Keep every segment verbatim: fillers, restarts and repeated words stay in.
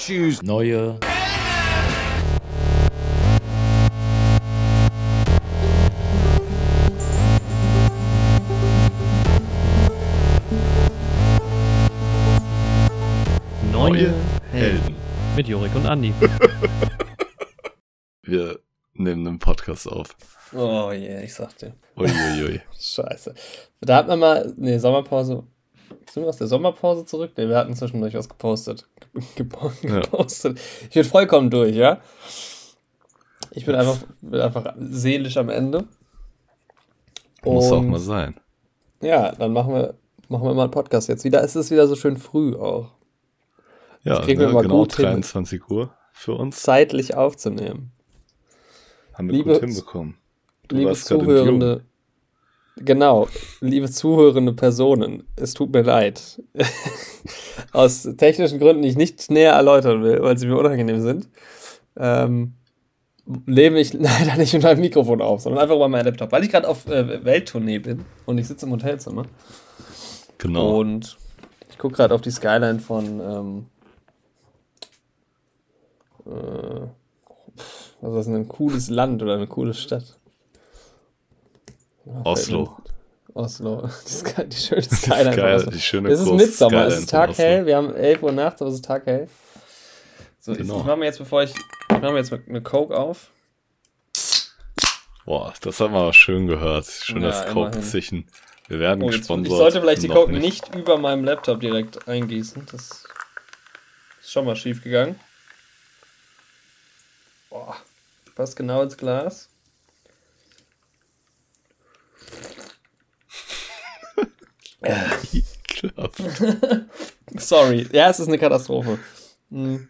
Tschüss. Neue. Neue Helden. Mit Jorik und Andi. Wir nehmen einen Podcast auf. Oh je, yeah, ich sag dir. Uiuiui. Scheiße. Da hatten wir mal, ne, Sommerpause. Sind wir aus der Sommerpause zurück? Ne, wir hatten zwischendurch was gepostet. gepostet. Ja. Ich bin vollkommen durch, ja? Ich bin einfach, bin einfach seelisch am Ende. Muss auch mal sein. Ja, dann machen wir, machen wir mal einen Podcast jetzt wieder. Es ist wieder so schön früh auch. Ja, ne, wir genau dreiundzwanzig Uhr für uns. Zeitlich aufzunehmen. Haben wir liebe, gut hinbekommen. Du liebe Zuhörende, genau, liebe zuhörende Personen, es tut mir leid. Aus technischen Gründen, die ich nicht näher erläutern will, weil sie mir unangenehm sind, ähm, lebe ich leider nicht mit meinem Mikrofon auf, sondern einfach über meinen Laptop, weil ich gerade auf äh, Welttournee bin und ich sitze im Hotelzimmer. Genau. Und ich gucke gerade auf die Skyline von ähm, äh, was ist denn ein cooles Land oder eine coole Stadt? Ja, Oslo. Oslo. Die, die schöne Skyline. Geil, die schöne es ist Mitsommer, es ist taghell, wir haben elf Uhr nachts, aber es ist taghell. So, genau. ich, ich mache mir jetzt, bevor ich, ich mache mir jetzt eine Coke auf. Boah, das haben wir aber schön gehört. Schön ja, das Coke-Zischen. Wir werden oh, gesponsert. Ich sollte vielleicht die Coke nicht. nicht über meinem Laptop direkt eingießen. Das ist schon mal schief gegangen. Boah, passt genau ins Glas. Sorry. Ja, es ist eine Katastrophe. Hm.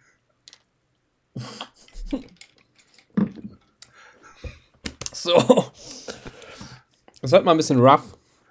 So. Das wird mal ein bisschen rough.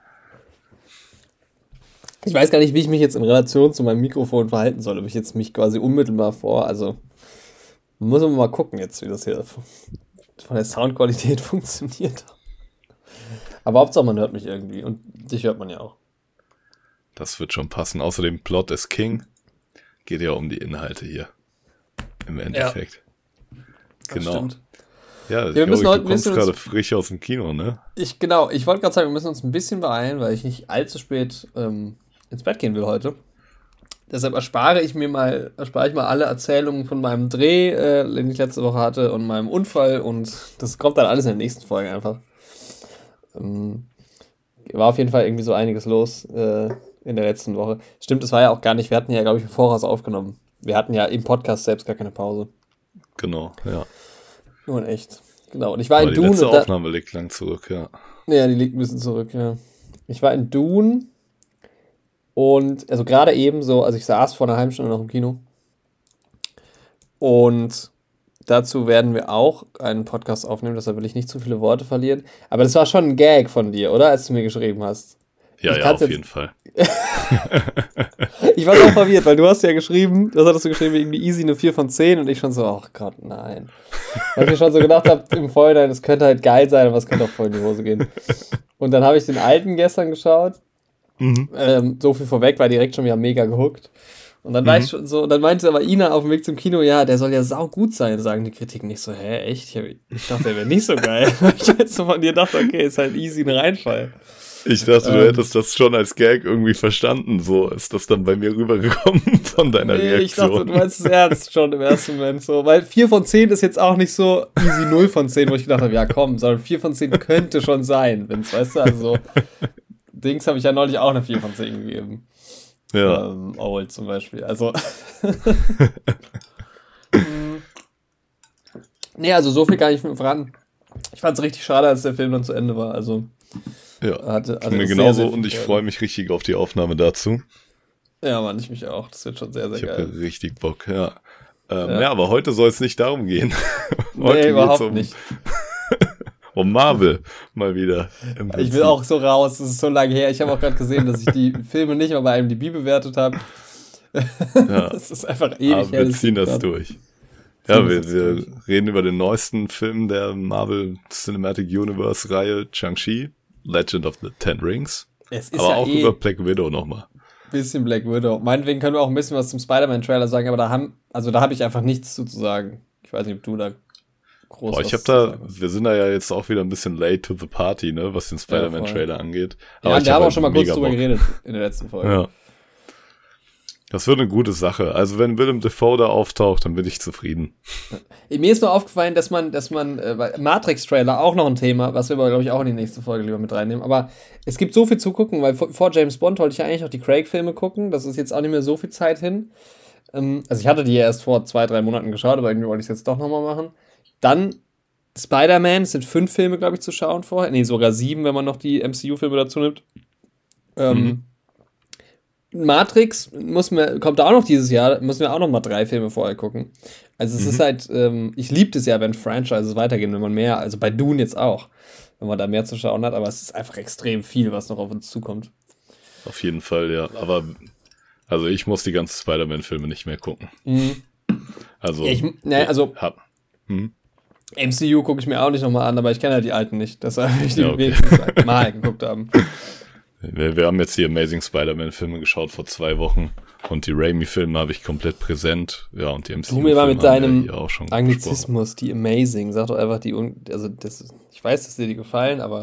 Ich weiß gar nicht, wie ich mich jetzt in Relation zu meinem Mikrofon verhalten soll. Ob ich jetzt mich quasi unmittelbar vor, also muss man mal gucken jetzt, wie das hier von der Soundqualität funktioniert. Aber Hauptsache man hört mich irgendwie und dich hört man ja auch. Das wird schon passen. Außerdem Plot is King. Geht ja um die Inhalte hier. Im Endeffekt. Ja. Genau. Stimmt. Ja, ja wir müssen Jorik, heute du kommst gerade frisch aus dem Kino, ne? Ich, genau, ich wollte gerade sagen, wir müssen uns ein bisschen beeilen, weil ich nicht allzu spät ähm, ins Bett gehen will heute. Deshalb erspare ich mir mal, erspare ich mal alle Erzählungen von meinem Dreh, äh, den ich letzte Woche hatte, und meinem Unfall, und das kommt dann alles in der nächsten Folge einfach. Ähm, war auf jeden Fall irgendwie so einiges los äh, in der letzten Woche. Stimmt, es war ja auch gar nicht, wir hatten ja, glaube ich, im Voraus aufgenommen. Wir hatten ja im Podcast selbst gar keine Pause. Genau, ja. Nur in echt. Genau, und ich war Aber in die Dune. Die letzte da, Aufnahme liegt lang zurück, ja. Ja, die liegt ein bisschen zurück, ja. Ich war in Dune und, also gerade eben so, also ich saß vor einer halben Stunde noch im Kino. Und dazu werden wir auch einen Podcast aufnehmen, deshalb will ich nicht zu viele Worte verlieren. Aber das war schon ein Gag von dir, oder? Als du mir geschrieben hast. Ja, ich ja, auf jetzt... jeden Fall. Ich war auch verwirrt, weil du hast ja geschrieben, das hattest du geschrieben, irgendwie easy eine vier von zehn und ich schon so, ach Gott, nein. Weil ich mir schon so gedacht habe, im Vorhinein, das könnte halt geil sein, aber es könnte auch voll in die Hose gehen. Und dann habe ich den alten gestern geschaut, mhm. ähm, so viel vorweg, war direkt schon wieder mega gehuckt. Und dann mhm. war ich schon so, und dann meinte aber Ina auf dem Weg zum Kino, ja, der soll ja sau gut sein, sagen die Kritiken. Nicht so, hä, echt? Ich, ich dachte, der wäre nicht so geil. Ich jetzt so von dir dachte, okay, ist halt easy ein Reinfall. Ich dachte, du ähm, hättest das schon als Gag irgendwie verstanden. So ist das dann bei mir rübergekommen von deiner nee, Reaktion. Ich dachte, du meinst es ernst schon im ersten Moment so. Weil vier von zehn ist jetzt auch nicht so easy null von zehn, wo ich gedacht habe, ja komm, sondern vier von zehn könnte schon sein. Wenn's, weißt du, also Dings habe ich ja neulich auch eine vier von zehn gegeben. Ja. Ähm, Old zum Beispiel. Also. Nee, also so viel kann ich verraten. Ich fand es richtig schade, als der Film dann zu Ende war. Also. Ja, hatte, hatte mir genauso und ich freue mich richtig auf die Aufnahme dazu. Ja, Mann, ich mich auch. Das wird schon sehr, sehr ich geil. Ich habe richtig Bock, ja. Ähm, ja. ja, aber heute soll es nicht darum gehen. Heute nee, überhaupt um, nicht. um Marvel mal wieder. Ich will auch so raus, das ist so lange her. Ich habe auch gerade gesehen, dass ich die Filme nicht mal bei I M D B bewertet habe. Ja. Das ist einfach ewig aber her. Wir ziehen das grad. durch. Ja, wir, wir reden über den neuesten Film der Marvel Cinematic Universe Reihe, Shang-Chi. Legend of the Ten Rings. Es ist aber ja auch eh, über Black Widow nochmal. Bisschen Black Widow. Meinetwegen können wir auch ein bisschen was zum Spider-Man-Trailer sagen, aber da haben, also da habe ich einfach nichts zu sagen. Ich weiß nicht, ob du da groß Boah, ich habe da, wir sind da ja jetzt auch wieder ein bisschen late to the party, ne, was den Spider-Man-Trailer ja, angeht. Aber ja, wir haben auch schon mal kurz drüber geredet in der letzten Folge. Ja. Das wird eine gute Sache. Also wenn Willem Dafoe da auftaucht, dann bin ich zufrieden. Mir ist nur aufgefallen, dass man, dass man, äh, Matrix-Trailer auch noch ein Thema, was wir aber, glaube ich, auch in die nächste Folge lieber mit reinnehmen. Aber es gibt so viel zu gucken, weil vor, vor James Bond wollte ich ja eigentlich auch die Craig-Filme gucken. Das ist jetzt auch nicht mehr so viel Zeit hin. Ähm, also ich hatte die ja erst vor zwei, drei Monaten geschaut, aber irgendwie wollte ich es jetzt doch nochmal machen. Dann Spider-Man, es sind fünf Filme, glaube ich, zu schauen vorher. Nee, sogar sieben, wenn man noch die M C U-Filme dazu nimmt. Ähm, mhm. Matrix muss mir, kommt da auch noch dieses Jahr, müssen wir auch noch mal drei Filme vorher gucken. Also es mhm. ist halt, ähm, ich liebe es ja, wenn Franchises weitergehen, wenn man mehr, also bei Dune jetzt auch, wenn man da mehr zu schauen hat, aber es ist einfach extrem viel, was noch auf uns zukommt. Auf jeden Fall, ja. Aber, also ich muss die ganzen Spider-Man-Filme nicht mehr gucken. Mhm. Also, ja, ich, ne, also hab, hm? M C U gucke ich mir auch nicht nochmal an, aber ich kenne halt die alten nicht, deshalb will ich die ja, okay. wenigstens mal geguckt haben. Wir, wir haben jetzt die Amazing Spider-Man-Filme geschaut vor zwei Wochen und die Raimi-Filme habe ich komplett präsent. Ja, und die M C U-Filme du mir mal mit deinem auch schon Anglizismus, die Amazing, sag doch einfach die, un- also das, ich weiß, dass dir die gefallen, aber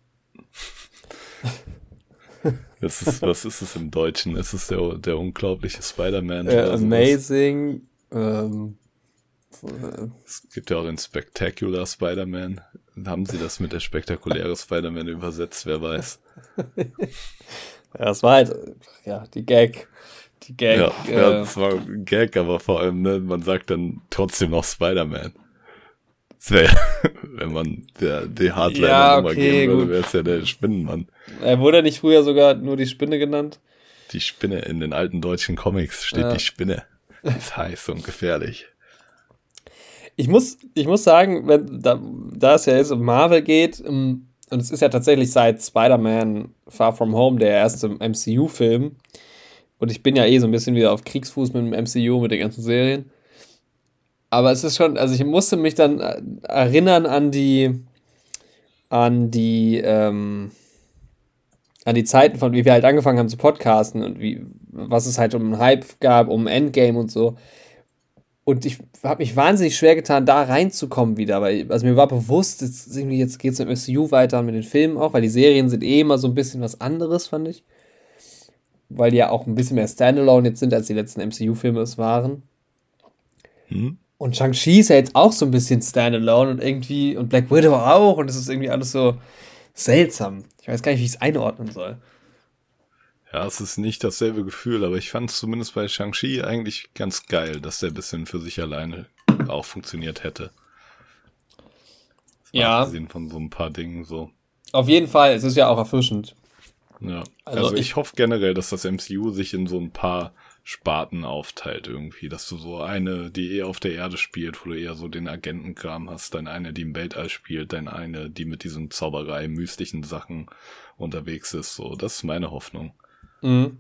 das ist, was ist es im Deutschen? Es ist der, der unglaubliche Spider-Man. Äh, amazing, ähm, es gibt ja auch den Spectacular Spider-Man. Haben sie das mit der spektakuläre Spider-Man übersetzt? Wer weiß. Ja, das war halt, ja, die Gag. Die Gag. Ja, äh, ja, das war ein Gag, aber vor allem, ne, man sagt dann trotzdem noch Spider-Man. Das wäre, wenn man der, die Hardliner-Nummer ja, okay, geben würde, gut. wäre es ja der Spinnenmann. Er wurde nicht früher sogar nur die Spinne genannt? Die Spinne, in den alten deutschen Comics steht ja. die Spinne. Die ist heiß und gefährlich. Ich muss, ich muss sagen, wenn, da, da es ja jetzt um Marvel geht, um, und es ist ja tatsächlich seit Spider-Man Far From Home der erste M C U-Film, und ich bin ja eh so ein bisschen wieder auf Kriegsfuß mit dem M C U, mit den ganzen Serien, aber es ist schon, also ich musste mich dann erinnern an die, an die, ähm, an die Zeiten, von wie wir halt angefangen haben zu podcasten und wie, was es halt um einen Hype gab, um Endgame und so. Und ich habe mich wahnsinnig schwer getan, da reinzukommen wieder, weil also mir war bewusst, jetzt, jetzt geht es mit M C U weiter und mit den Filmen auch, weil die Serien sind eh immer so ein bisschen was anderes, fand ich. Weil die ja auch ein bisschen mehr Standalone jetzt sind, als die letzten M C U-Filme es waren. Hm? Und Shang-Chi ist ja jetzt auch so ein bisschen Standalone und irgendwie, und Black Widow auch, und es ist irgendwie alles so seltsam. Ich weiß gar nicht, wie ich es einordnen soll. Ja, es ist nicht dasselbe Gefühl, aber ich fand es zumindest bei Shang-Chi eigentlich ganz geil, dass der ein bisschen für sich alleine auch funktioniert hätte. Ja. Abgesehen von so ein paar Dingen so. Auf jeden Fall, es ist ja auch erfrischend. Ja, also, also ich, ich hoffe generell, dass das M C U sich in so ein paar Sparten aufteilt irgendwie, dass du so eine, die eher auf der Erde spielt, wo du eher so den Agentenkram hast, dann eine, die im Weltall spielt, dann eine, die mit diesen Zauberei, mystischen Sachen unterwegs ist, so, das ist meine Hoffnung. Mhm.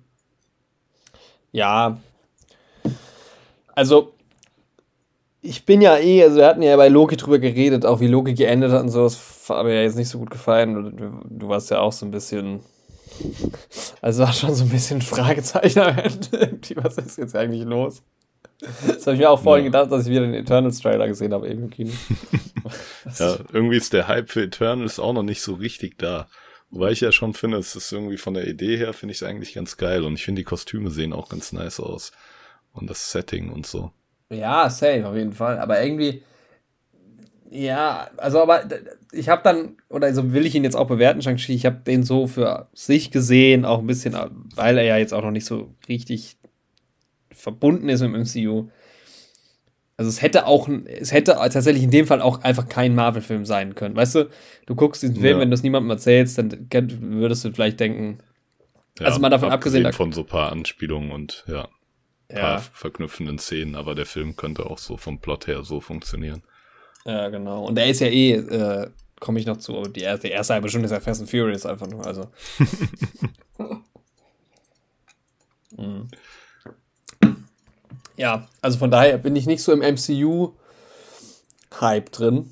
Ja, also ich bin ja eh, also wir hatten ja bei Loki drüber geredet, auch wie Loki geendet hat und so, das hat mir ja jetzt nicht so gut gefallen. Du, du warst ja auch so ein bisschen, also war schon so ein bisschen ein Fragezeichen am Ende. Was ist jetzt eigentlich los? Das habe ich mir auch vorhin ja. gedacht, dass ich wieder den Eternals-Trailer gesehen habe eben im Kino. Ja, irgendwie ist der Hype für Eternals auch noch nicht so richtig da. Wobei ich ja schon finde, es ist irgendwie von der Idee her, finde ich es eigentlich ganz geil. Und ich finde, die Kostüme sehen auch ganz nice aus. Und das Setting und so. Ja, safe, auf jeden Fall. Aber irgendwie, ja, also aber ich habe dann, oder so will ich ihn jetzt auch bewerten, Shang-Chi, ich habe den so für sich gesehen, auch ein bisschen, weil er ja jetzt auch noch nicht so richtig verbunden ist mit dem M C U. Also es hätte auch, es hätte tatsächlich in dem Fall auch einfach kein Marvel-Film sein können. Weißt du, du guckst diesen Film, ja. wenn du es niemandem erzählst, dann würdest du vielleicht denken, ja, also mal davon abgesehen. Abgesehen von so ein paar Anspielungen und ja, ein ja. paar verknüpfenden Szenen, aber der Film könnte auch so vom Plot her so funktionieren. Ja, genau. Und der ist ja eh, äh, komme ich noch zu, aber die erste, die erste halbe Stunde ist ja Fast and Furious einfach nur, also. mhm. Ja, also von daher bin ich nicht so im M C U-Hype drin.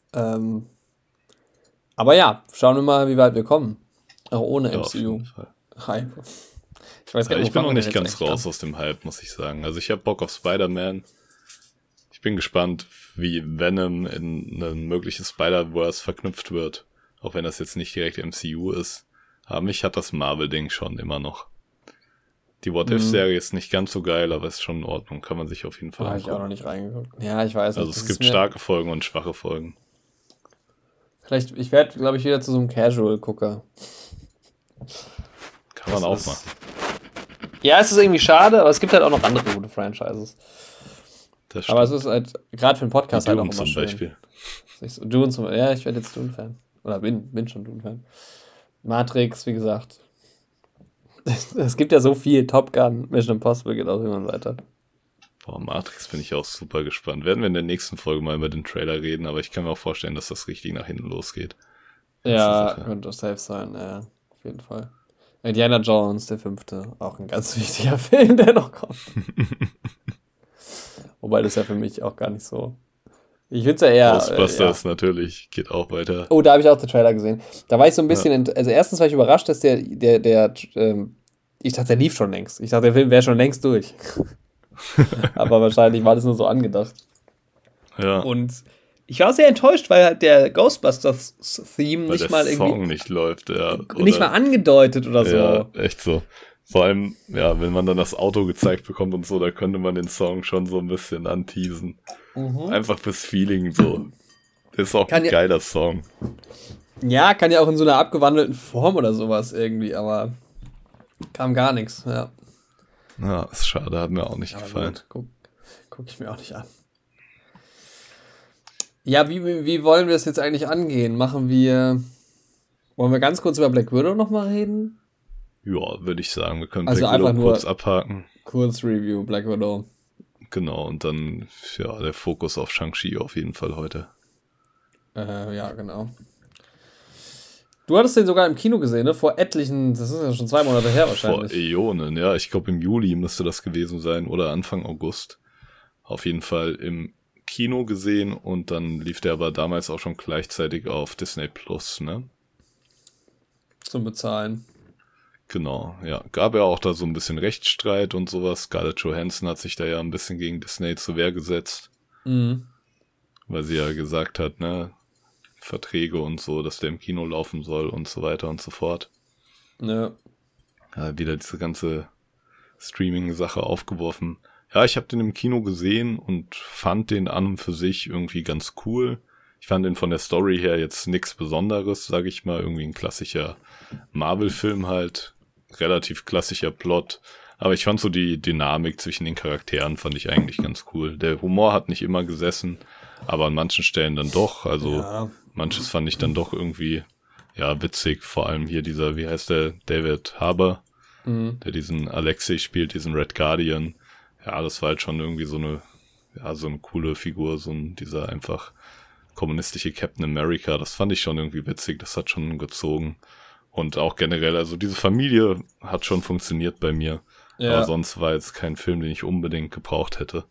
Ähm, aber ja, schauen wir mal, wie weit wir kommen. Auch ohne ja, M C U. Hype. Ich weiß gar nicht, ja, ich bin noch nicht ganz raus kann. aus dem Hype, muss ich sagen. Also ich habe Bock auf Spider-Man. Ich bin gespannt, wie Venom in ein mögliches Spider-Verse verknüpft wird. Auch wenn das jetzt nicht direkt M C U ist. Aber mich hat das Marvel-Ding schon immer noch. Die What-If-Serie mhm. ist nicht ganz so geil, aber ist schon in Ordnung. Kann man sich auf jeden Fall angucken. Habe ich auch noch nicht reingeguckt. Ja, ich weiß nicht. Also es gibt starke Folgen und schwache Folgen. Vielleicht, ich werde, glaube ich, wieder zu so einem Casual-Gucker. Kann man das auch ist, machen. Ja, es ist irgendwie schade, aber es gibt halt auch noch andere gute Franchises. Das aber es ist halt, gerade für einen Podcast halt auch immer zum schön. Beispiel. So, Dune zum Beispiel. Ja, ich werde jetzt Dune-Fan. Oder bin, bin schon Dune-Fan. Matrix, wie gesagt. Es gibt ja so viel. Top Gun, Mission Impossible geht auch immer weiter. Boah, Matrix bin ich auch super gespannt. Werden wir in der nächsten Folge mal über den Trailer reden, aber ich kann mir auch vorstellen, dass das richtig nach hinten losgeht. Ja, könnte safe sein, ja, auf jeden Fall. Indiana Jones, der fünfte, auch ein ganz wichtiger Film, der noch kommt. Wobei das ja für mich auch gar nicht so... Ich finde es ja eher... Ghostbusters äh, ja. natürlich, geht auch weiter. Oh, da habe ich auch den Trailer gesehen. Da war ich so ein bisschen... Ja. Ent- also erstens war ich überrascht, dass der... der, der ähm, ich dachte, der lief schon längst. Ich dachte, der Film wäre schon längst durch. Aber wahrscheinlich war das nur so angedacht. Ja. Und ich war sehr enttäuscht, weil halt der Ghostbusters-Theme nicht mal irgendwie... Weil der Song nicht läuft, ja. Oder, nicht mal angedeutet oder so. Ja, echt so. Vor allem, ja, wenn man dann das Auto gezeigt bekommt und so, da könnte man den Song schon so ein bisschen anteasen. Mhm. Einfach fürs Feeling so. Das ist auch kann ein ja, geiler Song. Ja, kann ja auch in so einer abgewandelten Form oder sowas irgendwie, aber kam gar nichts, ja. Ja, ist schade, hat mir auch nicht aber gefallen. Gut, guck, guck ich mir auch nicht an. Ja, wie, wie wollen wir es jetzt eigentlich angehen? Machen wir, wollen wir ganz kurz über Black Widow nochmal reden? Ja, würde ich sagen, wir können also Black Widow einfach kurz abhaken. Kurz Review, Black Widow. Genau, und dann, ja, der Fokus auf Shang-Chi auf jeden Fall heute. Äh, ja, genau. Du hattest den sogar im Kino gesehen, ne? Vor etlichen, das ist ja schon zwei Monate her wahrscheinlich. Vor Äonen, ja. Ich glaube im Juli müsste das gewesen sein oder Anfang August. Auf jeden Fall im Kino gesehen und dann lief der aber damals auch schon gleichzeitig auf Disney Plus, ne? Zum Bezahlen. Genau, ja. Gab ja auch da so ein bisschen Rechtsstreit und sowas. Scarlett Johansson hat sich da ja ein bisschen gegen Disney zur Wehr gesetzt. Mhm. Weil sie ja gesagt hat, ne, Verträge und so, dass der im Kino laufen soll und so weiter und so fort. Ja. Ja, wieder diese ganze Streaming-Sache aufgeworfen. Ja, ich habe den im Kino gesehen und fand den an und für sich irgendwie ganz cool. Ich fand den von der Story her jetzt nichts Besonderes, sage ich mal. Irgendwie ein klassischer Marvel-Film halt. Relativ klassischer Plot. Aber ich fand so die Dynamik zwischen den Charakteren fand ich eigentlich ganz cool. Der Humor hat nicht immer gesessen, aber an manchen Stellen dann doch. Also ja. Manches fand ich dann doch irgendwie, ja, witzig. Vor allem hier dieser, wie heißt der, David Harbour, mhm. der diesen Alexei spielt, diesen Red Guardian. Ja, das war halt schon irgendwie so eine, ja, so eine coole Figur, so ein, dieser einfach kommunistische Captain America. Das fand ich schon irgendwie witzig, das hat schon gezogen. Und auch generell, also diese Familie hat schon funktioniert bei mir. Ja. Aber sonst war jetzt kein Film, den ich unbedingt gebraucht hätte.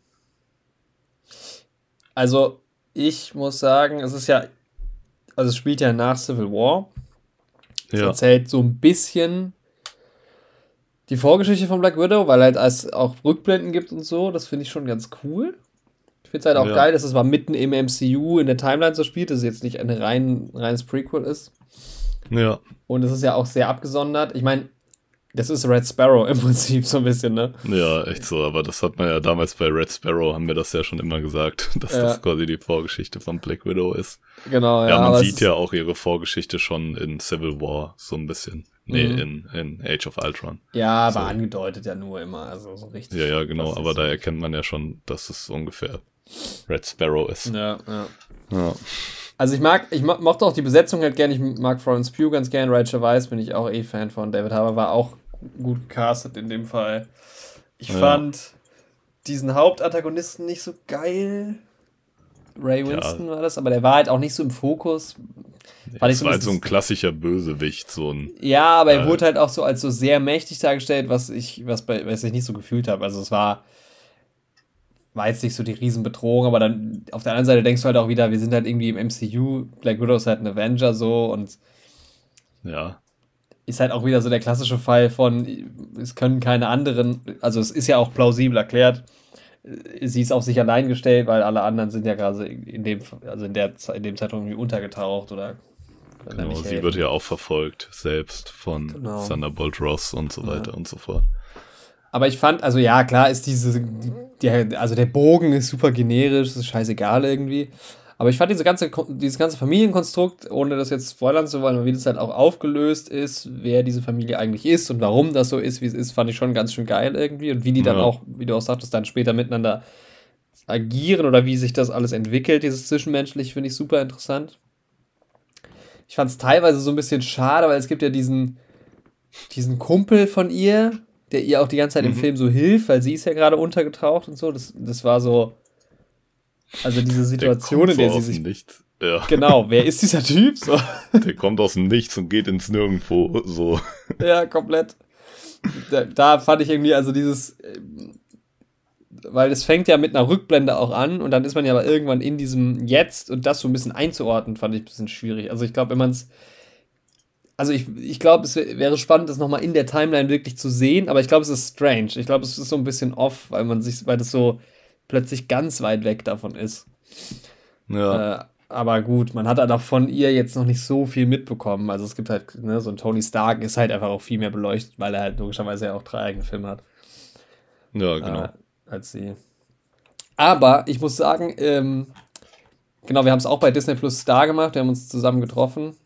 Also, ich muss sagen, es ist ja, also es spielt ja nach Civil War. Es ja. erzählt so ein bisschen die Vorgeschichte von Black Widow, weil halt es auch Rückblenden gibt und so. Das finde ich schon ganz cool. Ich finde es halt auch ja. geil, dass es mal mitten im M C U in der Timeline so spielt, dass es jetzt nicht ein rein, reines Prequel ist. Ja. Und es ist ja auch sehr abgesondert. Ich meine, das ist Red Sparrow im Prinzip so ein bisschen, ne? Ja, echt so. Aber das hat man ja damals bei Red Sparrow, haben wir das ja schon immer gesagt, dass ja. das quasi die Vorgeschichte von Black Widow ist. Genau, ja. Ja, man sieht ja auch ihre Vorgeschichte schon in Civil War so ein bisschen. Nee, mhm. in, in Age of Ultron. Ja, so. aber angedeutet ja nur immer, also so richtig. Ja, ja, genau. Aber so da erkennt man ja schon, dass es ungefähr Red Sparrow ist. Ja, ja. Ja. Also ich mag, ich mo- mochte auch die Besetzung halt gerne, ich mag Florence Pugh ganz gern, Rachel Weisz bin ich auch eh Fan von, David Harbour war auch gut gecastet in dem Fall. Ich ja. fand diesen Hauptantagonisten nicht so geil, Ray Winston ja. war das, aber der war halt auch nicht so im Fokus. Ja, das so war halt so ein klassischer Bösewicht, so ein... Ja, aber äh, er wurde halt auch so als so sehr mächtig dargestellt, was ich, was, bei, was ich nicht so gefühlt habe, also es war... war jetzt nicht so die Riesenbedrohung, aber dann auf der anderen Seite denkst du halt auch wieder, wir sind halt irgendwie im M C U, Black Widow ist halt ein Avenger so und ja. ist halt auch wieder so der klassische Fall von, es können keine anderen, also es ist ja auch plausibel erklärt, sie ist auf sich allein gestellt, weil alle anderen sind ja gerade in dem, also in der in dem Zeitraum irgendwie untergetaucht oder genau, sie wird ja auch verfolgt, selbst von genau. Thunderbolt Ross und so weiter ja. und so fort. Aber ich fand, also ja, klar ist diese, der, also der Bogen ist super generisch, ist scheißegal irgendwie. Aber ich fand diese ganze, dieses ganze Familienkonstrukt, ohne das jetzt spoilern zu wollen, wie das halt auch aufgelöst ist, wer diese Familie eigentlich ist und warum das so ist, wie es ist, fand ich schon ganz schön geil irgendwie. Und wie die dann ja. auch, wie du auch sagtest, dann später miteinander agieren oder wie sich das alles entwickelt, dieses Zwischenmenschliche, finde ich super interessant. Ich fand es teilweise so ein bisschen schade, weil es gibt ja diesen, diesen Kumpel von ihr, der ihr auch die ganze Zeit mhm. im Film so hilft, weil sie ist ja gerade untergetaucht und so. Das, das war so, also diese Situation, in der sie sich... Nichts. Ja. Genau, wer ist dieser Typ? So. Der kommt aus dem Nichts und geht ins Nirgendwo, so. Ja, komplett. Da, da fand ich irgendwie, also dieses... Weil es fängt ja mit einer Rückblende auch an und dann ist man ja aber irgendwann in diesem Jetzt und das so ein bisschen einzuordnen, fand ich ein bisschen schwierig. Also ich glaube, wenn man es... Also ich, ich glaube, es wäre spannend, das nochmal in der Timeline wirklich zu sehen, aber ich glaube, es ist strange. Ich glaube, es ist so ein bisschen off, weil man sich, weil das so plötzlich ganz weit weg davon ist. Ja. Äh, aber gut, man hat halt auch von ihr jetzt noch nicht so viel mitbekommen. Also es gibt halt, ne, so ein Tony Stark ist halt einfach auch viel mehr beleuchtet, weil er halt logischerweise ja auch drei eigene Filme hat. Ja, genau. Äh, als sie. Aber ich muss sagen, ähm, genau, wir haben es auch bei Disney Plus Star gemacht, wir haben uns zusammen getroffen.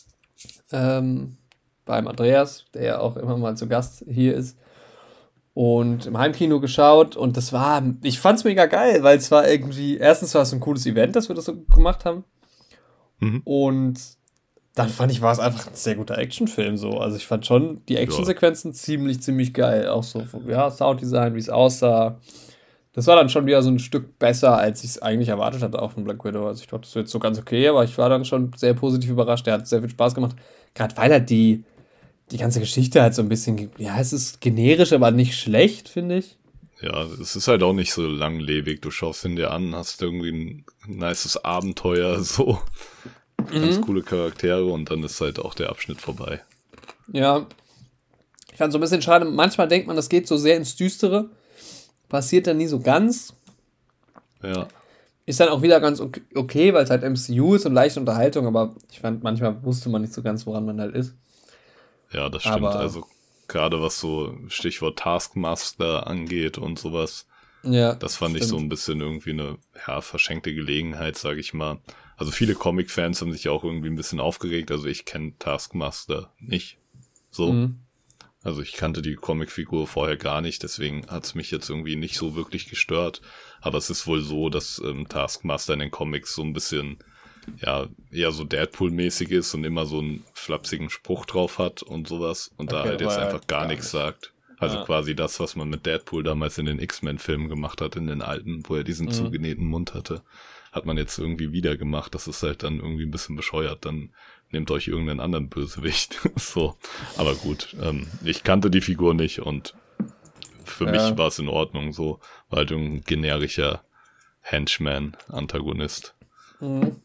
Ähm, beim Andreas, der ja auch immer mal zu Gast hier ist. Und im Heimkino geschaut und das war, ich fand's mega geil, weil es war irgendwie, erstens war es ein cooles Event, dass wir das so gemacht haben. Mhm. Und dann fand ich, war es einfach ein sehr guter Actionfilm so. Also ich fand schon die Actionsequenzen ja. ziemlich, ziemlich geil. Auch so, ja, Sounddesign, wie es aussah. Das war dann schon wieder so ein Stück besser, als ich es eigentlich erwartet hatte, auch von Black Widow. Also ich dachte, das wird so ganz okay, aber ich war dann schon sehr positiv überrascht. Der hat sehr viel Spaß gemacht. Gerade weil er die die ganze Geschichte halt so ein bisschen, ja, es ist generisch, aber nicht schlecht, finde ich. Ja, es ist halt auch nicht so langlebig. Du schaust ihn dir an, hast irgendwie ein nices Abenteuer, so mhm. ganz coole Charaktere und dann ist halt auch der Abschnitt vorbei. Ja, ich fand so ein bisschen schade. Manchmal denkt man, das geht so sehr ins Düstere. Passiert dann nie so ganz. Ja. Ist dann auch wieder ganz okay, okay weil es halt M C U ist und leichte Unterhaltung, aber ich fand, manchmal wusste man nicht so ganz, woran man halt ist. Ja, das stimmt. Aber also gerade was so Stichwort Taskmaster angeht und sowas, ja, das fand stimmt. ich so ein bisschen irgendwie eine ja, verschenkte Gelegenheit, sage ich mal. Also viele Comic-Fans haben sich auch irgendwie ein bisschen aufgeregt. Also ich kenne Taskmaster nicht so. Mhm. Also ich kannte die Comicfigur vorher gar nicht, deswegen hat es mich jetzt irgendwie nicht so wirklich gestört. Aber es ist wohl so, dass ähm, Taskmaster in den Comics so ein bisschen ja, eher so Deadpool-mäßig ist und immer so einen flapsigen Spruch drauf hat und sowas und okay, da halt jetzt einfach gar, gar nichts nicht. sagt. Also ja. quasi das, was man mit Deadpool damals in den X-Men-Filmen gemacht hat, in den alten, wo er diesen mhm. zugenähten Mund hatte, hat man jetzt irgendwie wieder gemacht. Das ist halt dann irgendwie ein bisschen bescheuert. Dann nehmt euch irgendeinen anderen Bösewicht. So, aber gut, ähm, ich kannte die Figur nicht und für ja. mich war es in Ordnung. So, war halt ein generischer Henchman-Antagonist. Mhm.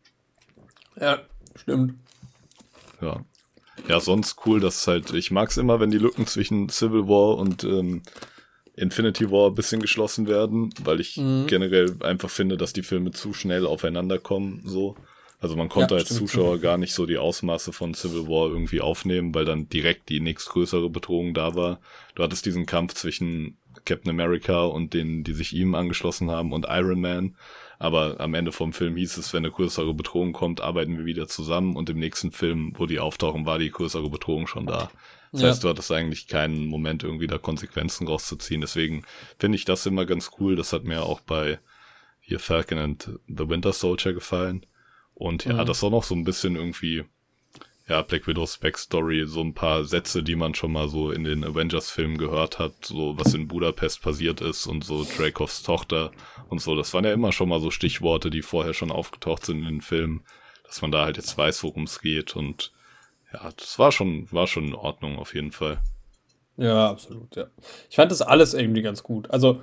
Ja, stimmt. Ja. Ja, sonst cool, dass halt, ich mag's immer, wenn die Lücken zwischen Civil War und ähm, Infinity War ein bisschen geschlossen werden, weil ich mhm. generell einfach finde, dass die Filme zu schnell aufeinander kommen, so. Also man konnte ja, als Zuschauer gar nicht so die Ausmaße von Civil War irgendwie aufnehmen, weil dann direkt die nächstgrößere Bedrohung da war. Du hattest diesen Kampf zwischen Captain America und denen, die sich ihm angeschlossen haben und Iron Man. Aber am Ende vom Film hieß es, wenn eine größere Bedrohung kommt, arbeiten wir wieder zusammen. Und im nächsten Film, wo die auftauchen, war die größere Bedrohung schon da. Das ja. heißt, du hattest eigentlich keinen Moment, irgendwie da Konsequenzen rauszuziehen. Deswegen finde ich das immer ganz cool. Das hat mir auch bei hier Falcon and the Winter Soldier gefallen. Und ja, mhm. das war noch so ein bisschen irgendwie, ja, Black Widows Backstory, so ein paar Sätze, die man schon mal so in den Avengers-Filmen gehört hat, so was in Budapest passiert ist und so Dreykovs Tochter und so. Das waren ja immer schon mal so Stichworte, die vorher schon aufgetaucht sind in den Filmen, dass man da halt jetzt weiß, worum es geht. Und ja, das war schon, war schon in Ordnung auf jeden Fall. Ja, absolut, ja. Ich fand das alles irgendwie ganz gut. Also,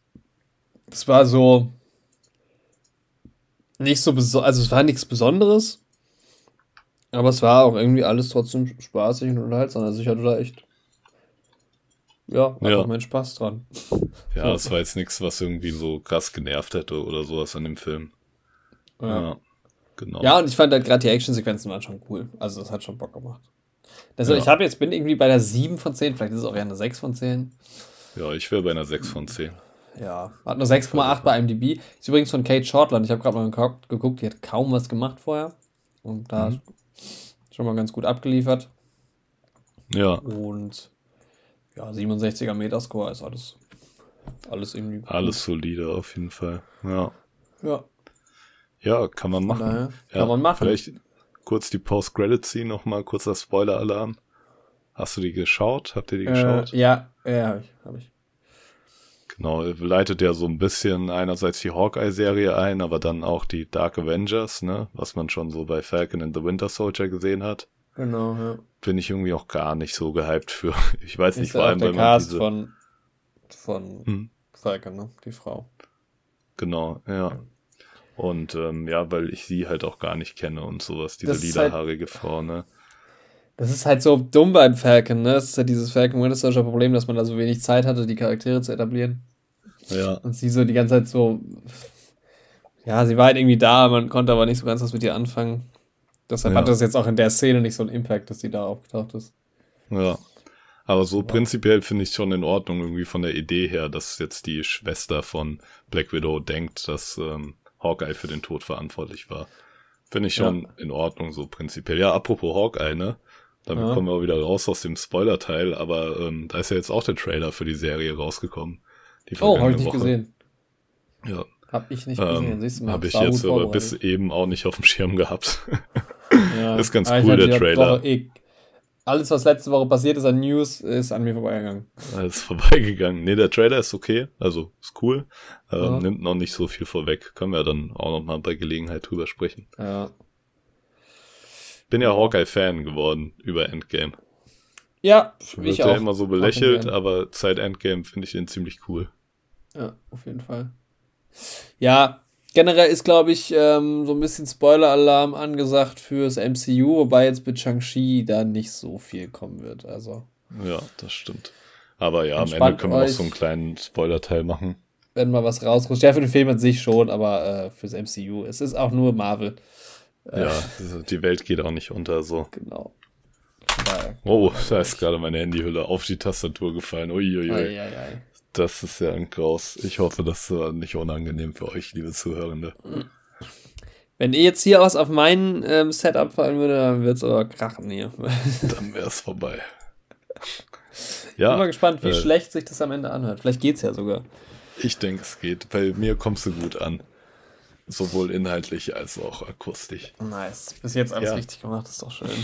es war so nicht so, beso- also es war nichts Besonderes, Aber es war auch irgendwie alles trotzdem spaßig und unterhaltsam. Also ich hatte da echt, ja, einfach Ja. meinen Spaß dran. Ja, es war jetzt nichts, was irgendwie so krass genervt hätte oder sowas an dem Film. Ja, Ja, genau. ja, und ich fand halt gerade die Actionsequenzen waren schon cool. Also das hat schon Bock gemacht. Also Ja. ich habe jetzt, bin irgendwie bei der sieben von zehn, vielleicht ist es auch eher eine sechs von zehn. Ja, ich wäre bei einer sechs von zehn. Ja, hat eine sechs Komma acht bei I M D B. Ist übrigens von Kate Shortland. Ich habe gerade mal geguckt, geguckt, die hat kaum was gemacht vorher. Und da Mhm. schon mal ganz gut abgeliefert. Ja, Und ja, siebenundsechziger Metascore ist alles, alles irgendwie gut. alles solide auf jeden Fall. Ja, Ja, ja, kann man von machen. daher Ja, kann man machen. Vielleicht kurz die Post-Credit-Scene nochmal, kurzer Spoiler-Alarm. Hast du die geschaut? Habt ihr die Äh, geschaut? ja, ja, habe ich, hab ich. Genau, leitet ja so ein bisschen einerseits die Hawkeye-Serie ein, aber dann auch die Dark Avengers, ne, was man schon so bei Falcon and the Winter Soldier gesehen hat. Genau, ja. Bin ich irgendwie auch gar nicht so gehypt für. Ich weiß Ist nicht, ja vor auch allem, der weil man Cast diese... von, von Hm, Falcon, ne? Die Frau. genau, ja. Und ähm, ja, weil ich sie halt auch gar nicht kenne und sowas, diese Das ist halt- lilahaarige Frau, ne. Das ist halt so dumm beim Falcon, ne? Das ist ja dieses Falcon Winter Soldier Problem, dass man da so wenig Zeit hatte, die Charaktere zu etablieren. Ja, Und sie so die ganze Zeit so. Ja, sie war halt irgendwie da, man konnte aber nicht so ganz was mit ihr anfangen. Deshalb Ja. hatte das jetzt auch in der Szene nicht so einen Impact, dass sie da aufgetaucht ist. ja. Aber so prinzipiell finde ich schon in Ordnung irgendwie von der Idee her, dass jetzt die Schwester von Black Widow denkt, dass ähm, Hawkeye für den Tod verantwortlich war. Finde ich schon Ja. in Ordnung so prinzipiell. Ja, apropos Hawkeye, ne? Damit Ja. kommen wir auch wieder raus aus dem Spoiler-Teil, aber ähm, da ist ja jetzt auch der Trailer für die Serie rausgekommen. Die Oh, habe ich vergangene nicht Woche. gesehen. Ja, Hab ich nicht gesehen. ähm, Siehst du mal, habe ich saugut jetzt aber bis vorbereitet. eben auch nicht auf dem Schirm gehabt. Ja. ist ganz Aber ich cool, hatte der die Trailer. Woche eh- Alles, was letzte Woche passiert ist an News, ist an mir vorbeigegangen. Ist vorbeigegangen. Nee, der Trailer ist okay, also ist cool. Ähm, Ja. Nimmt noch nicht so viel vorweg. Können wir dann auch noch mal bei Gelegenheit drüber sprechen. Ja. Bin ja Hawkeye-Fan geworden über Endgame. Ja, Wird ich ja auch. immer so Auch belächelt, ein Fan. aber seit Endgame finde ich ihn ziemlich cool. Ja, auf jeden Fall. Ja, generell ist, glaube ich, ähm, so ein bisschen Spoiler-Alarm angesagt fürs M C U, wobei jetzt mit Shang-Chi da nicht so viel kommen wird. Also, Ja, das stimmt. Aber ja, am Ende Entspannt können wir noch euch. so einen kleinen Spoiler-Teil machen. wenn mal was rausrutscht. Ja, für den Film an sich schon, aber äh, fürs M C U. Es ist auch nur Marvel. Äh, Ja, also die Welt geht auch nicht unter so. Genau. Von daher- Oh, da ist gerade meine Handyhülle auf die Tastatur gefallen. Uiuiui. Ei, ei, ei. Das ist ja ein Graus. Ich hoffe, das war nicht unangenehm für euch, liebe Zuhörende. Wenn ihr jetzt hier was auf mein ähm, Setup fallen würde, dann wird es aber krachen hier. Dann wäre es vorbei. Ich bin mal Ja, gespannt, wie äh, schlecht sich das am Ende anhört. Vielleicht geht's ja sogar. ich denke, es geht. Bei mir kommst du gut an. Sowohl inhaltlich als auch akustisch. Nice. Bis jetzt alles Ja. richtig gemacht, ist doch schön.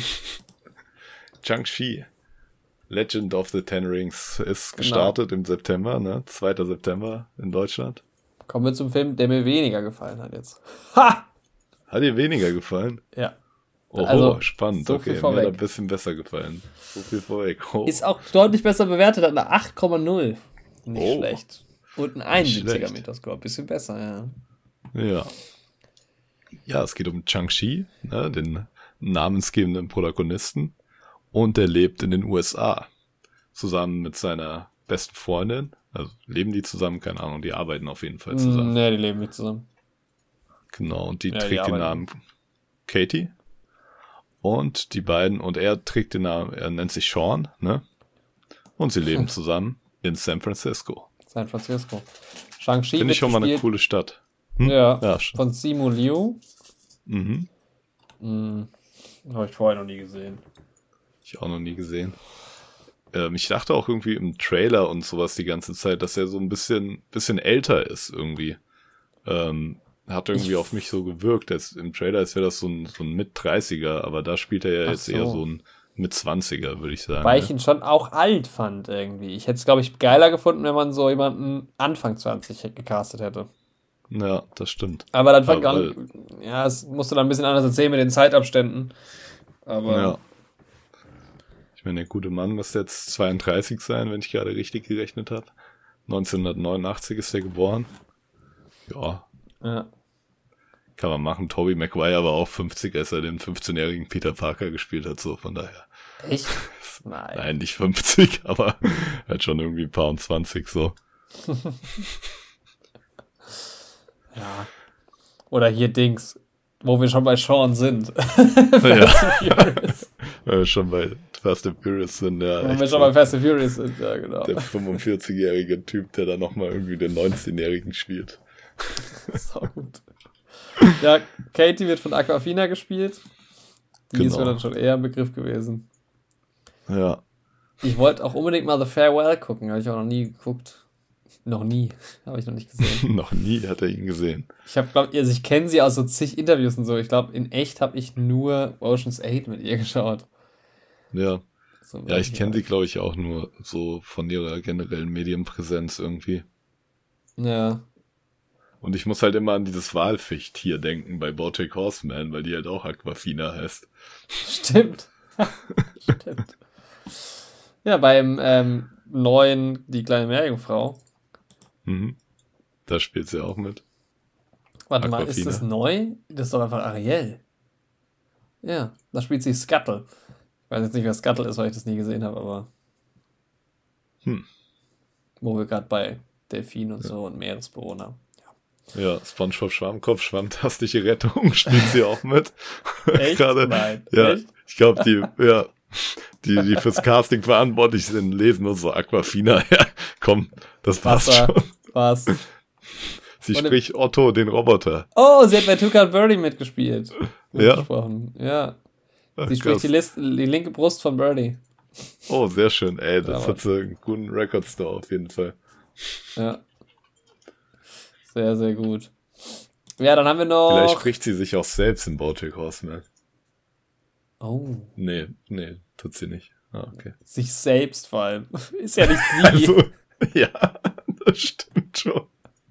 Shang-Chi, Legend of the Ten Rings, ist Genau. gestartet im September, ne? zweiter September in Deutschland. Kommen wir zum Film, der mir weniger gefallen hat jetzt. Ha! Hat dir weniger gefallen? Ja. Oho, Also, spannend. so viel Okay, mir hat er vorweg. ein bisschen besser gefallen. So viel vorweg. Oh. Ist auch deutlich besser bewertet, hat eine acht Komma null. Nicht Oh. schlecht. Und ein einundsiebziger schlecht. Metascore. Bisschen besser, ja. Ja. Ja, es geht um Shang-Chi, ne, den namensgebenden Protagonisten. Und der lebt in den U S A. Zusammen mit seiner besten Freundin. Also leben die zusammen? Keine Ahnung, die arbeiten auf jeden Fall zusammen. Ne, die leben nicht zusammen. Genau, und die Ja, die trägt den arbeiten. Namen Katie. Und die beiden, und er trägt den Namen, er nennt sich Sean, ne? Und sie leben zusammen in San Francisco. San Francisco. Shang-Chi Finde wird ich schon mal eine gespielt- coole Stadt. Hm? Ja, Ja, schon. von Simu Liu. Mhm. Hm, habe ich vorher noch nie gesehen. Ich auch noch nie gesehen. Ähm, ich dachte auch irgendwie im Trailer und sowas die ganze Zeit, dass er so ein bisschen, bisschen älter ist irgendwie. Ähm, hat irgendwie Ich- auf mich so gewirkt. Als, im Trailer ist ja das so ein, so ein Mit-dreißiger, aber da spielt er ja Ach jetzt so. eher so ein Mit-zwanziger, würde ich sagen. Weil ne? ich ihn schon auch alt fand irgendwie. Ich hätte es, glaube ich, geiler gefunden, wenn man so jemanden Anfang zwanzig gecastet hätte. Ja, das stimmt. Aber dann fand Aber- gar ja, es musste dann ein bisschen anders erzählen mit den Zeitabständen. Aber Ja. Ich meine, der gute Mann müsste jetzt zweiunddreißig sein, wenn ich gerade richtig gerechnet habe. neunzehnhundertneunundachtzig ist er geboren. Ja, ja. Kann man machen. Tobey Maguire war auch fünfzig, als er den fünfzehnjährigen Peter Parker gespielt hat, so von daher. Echt? Nein. Nein, nicht fünfzig, aber halt schon irgendwie ein paar und zwanzig, so. Ja. Oder hier Dings, wo wir schon bei Sean sind. Ja. Wenn wir schon bei Fast and Furious sind, ja. Wenn wir schon bei Fast and Furious sind, ja, genau. Der fünfundvierzigjährige Typ, der da nochmal irgendwie den neunzehnjährigen spielt. Das ist auch gut. Ja, Katie wird von Aquafina gespielt. Die genau. ist mir dann schon eher ein Begriff gewesen. Ja. Ich wollte auch unbedingt mal The Farewell gucken, habe ich auch noch nie geguckt. Noch nie, habe ich noch nicht gesehen. Noch nie hat er ihn gesehen. Ich habe, glaube also ich kenne sie aus so zig Interviews und so. Ich glaube, in echt habe ich nur Ocean's Eight mit ihr geschaut. Ja. So ja, ich kenne sie, glaube ich, auch nur so von ihrer generellen Medienpräsenz irgendwie. Ja. Und ich muss halt immer an dieses Walfischtier denken bei BoJack Horseman, weil die halt auch Aquafina heißt. Stimmt. Stimmt. Ja, beim ähm, neuen Die kleine Meerjungfrau. Mhm. Da spielt sie auch mit. Warte Aquafina. Mal, ist das neu? Das ist doch einfach Ariel. Ja, da spielt sie Scuttle. Ich weiß jetzt nicht, wer Scuttle ist, weil ich das nie gesehen habe, aber hm. wo wir gerade bei Delfinen und ja. so und Meeresbewohner. Ja, SpongeBob Schwammkopf, schwammtastische Rettung spielt sie auch mit. Echt? Gerade, Nein. Ja, Echt? Ich glaube, die, ja, die, die fürs Casting verantwortlich sind, lesen nur so Aquafina. Ja, komm, das passt Wasser. schon. Was? Sie und spricht Otto, den Roboter. Oh, sie hat bei Tuca Birdie mitgespielt. Ja. Ja. Ach, sie spricht die, List, die linke Brust von Birdie. Oh, sehr schön. Ey, das ja, hat sie einen guten Record-Store auf jeden Fall. Ja. Sehr, sehr gut. Ja, dann haben wir noch... Vielleicht spricht sie sich auch selbst in BoJack Horseman. Oh. Nee, nee, tut sie nicht. Ah, okay. Sich selbst vor allem. Ist ja nicht sie. Also, ja, das stimmt schon.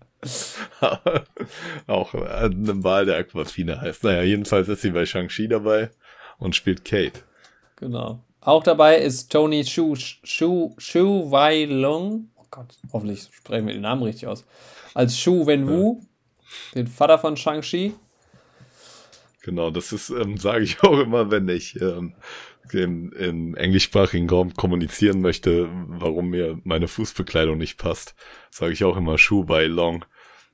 Aber auch eine Wahl der Aquafina heißt. Naja, jedenfalls ist sie bei Shang-Chi dabei und spielt Kate. Genau. Auch dabei ist Tony Shu, Shu, Shu Wai Lung. Oh Gott, hoffentlich sprechen wir den Namen richtig aus. Als Shu Wenwu, ja. Den Vater von Shang-Chi. Genau, das ist, ähm, sage ich auch immer, wenn ich ähm, im, im englischsprachigen Raum kommunizieren möchte, warum mir meine Fußbekleidung nicht passt, sage ich auch immer Shu Wai Long.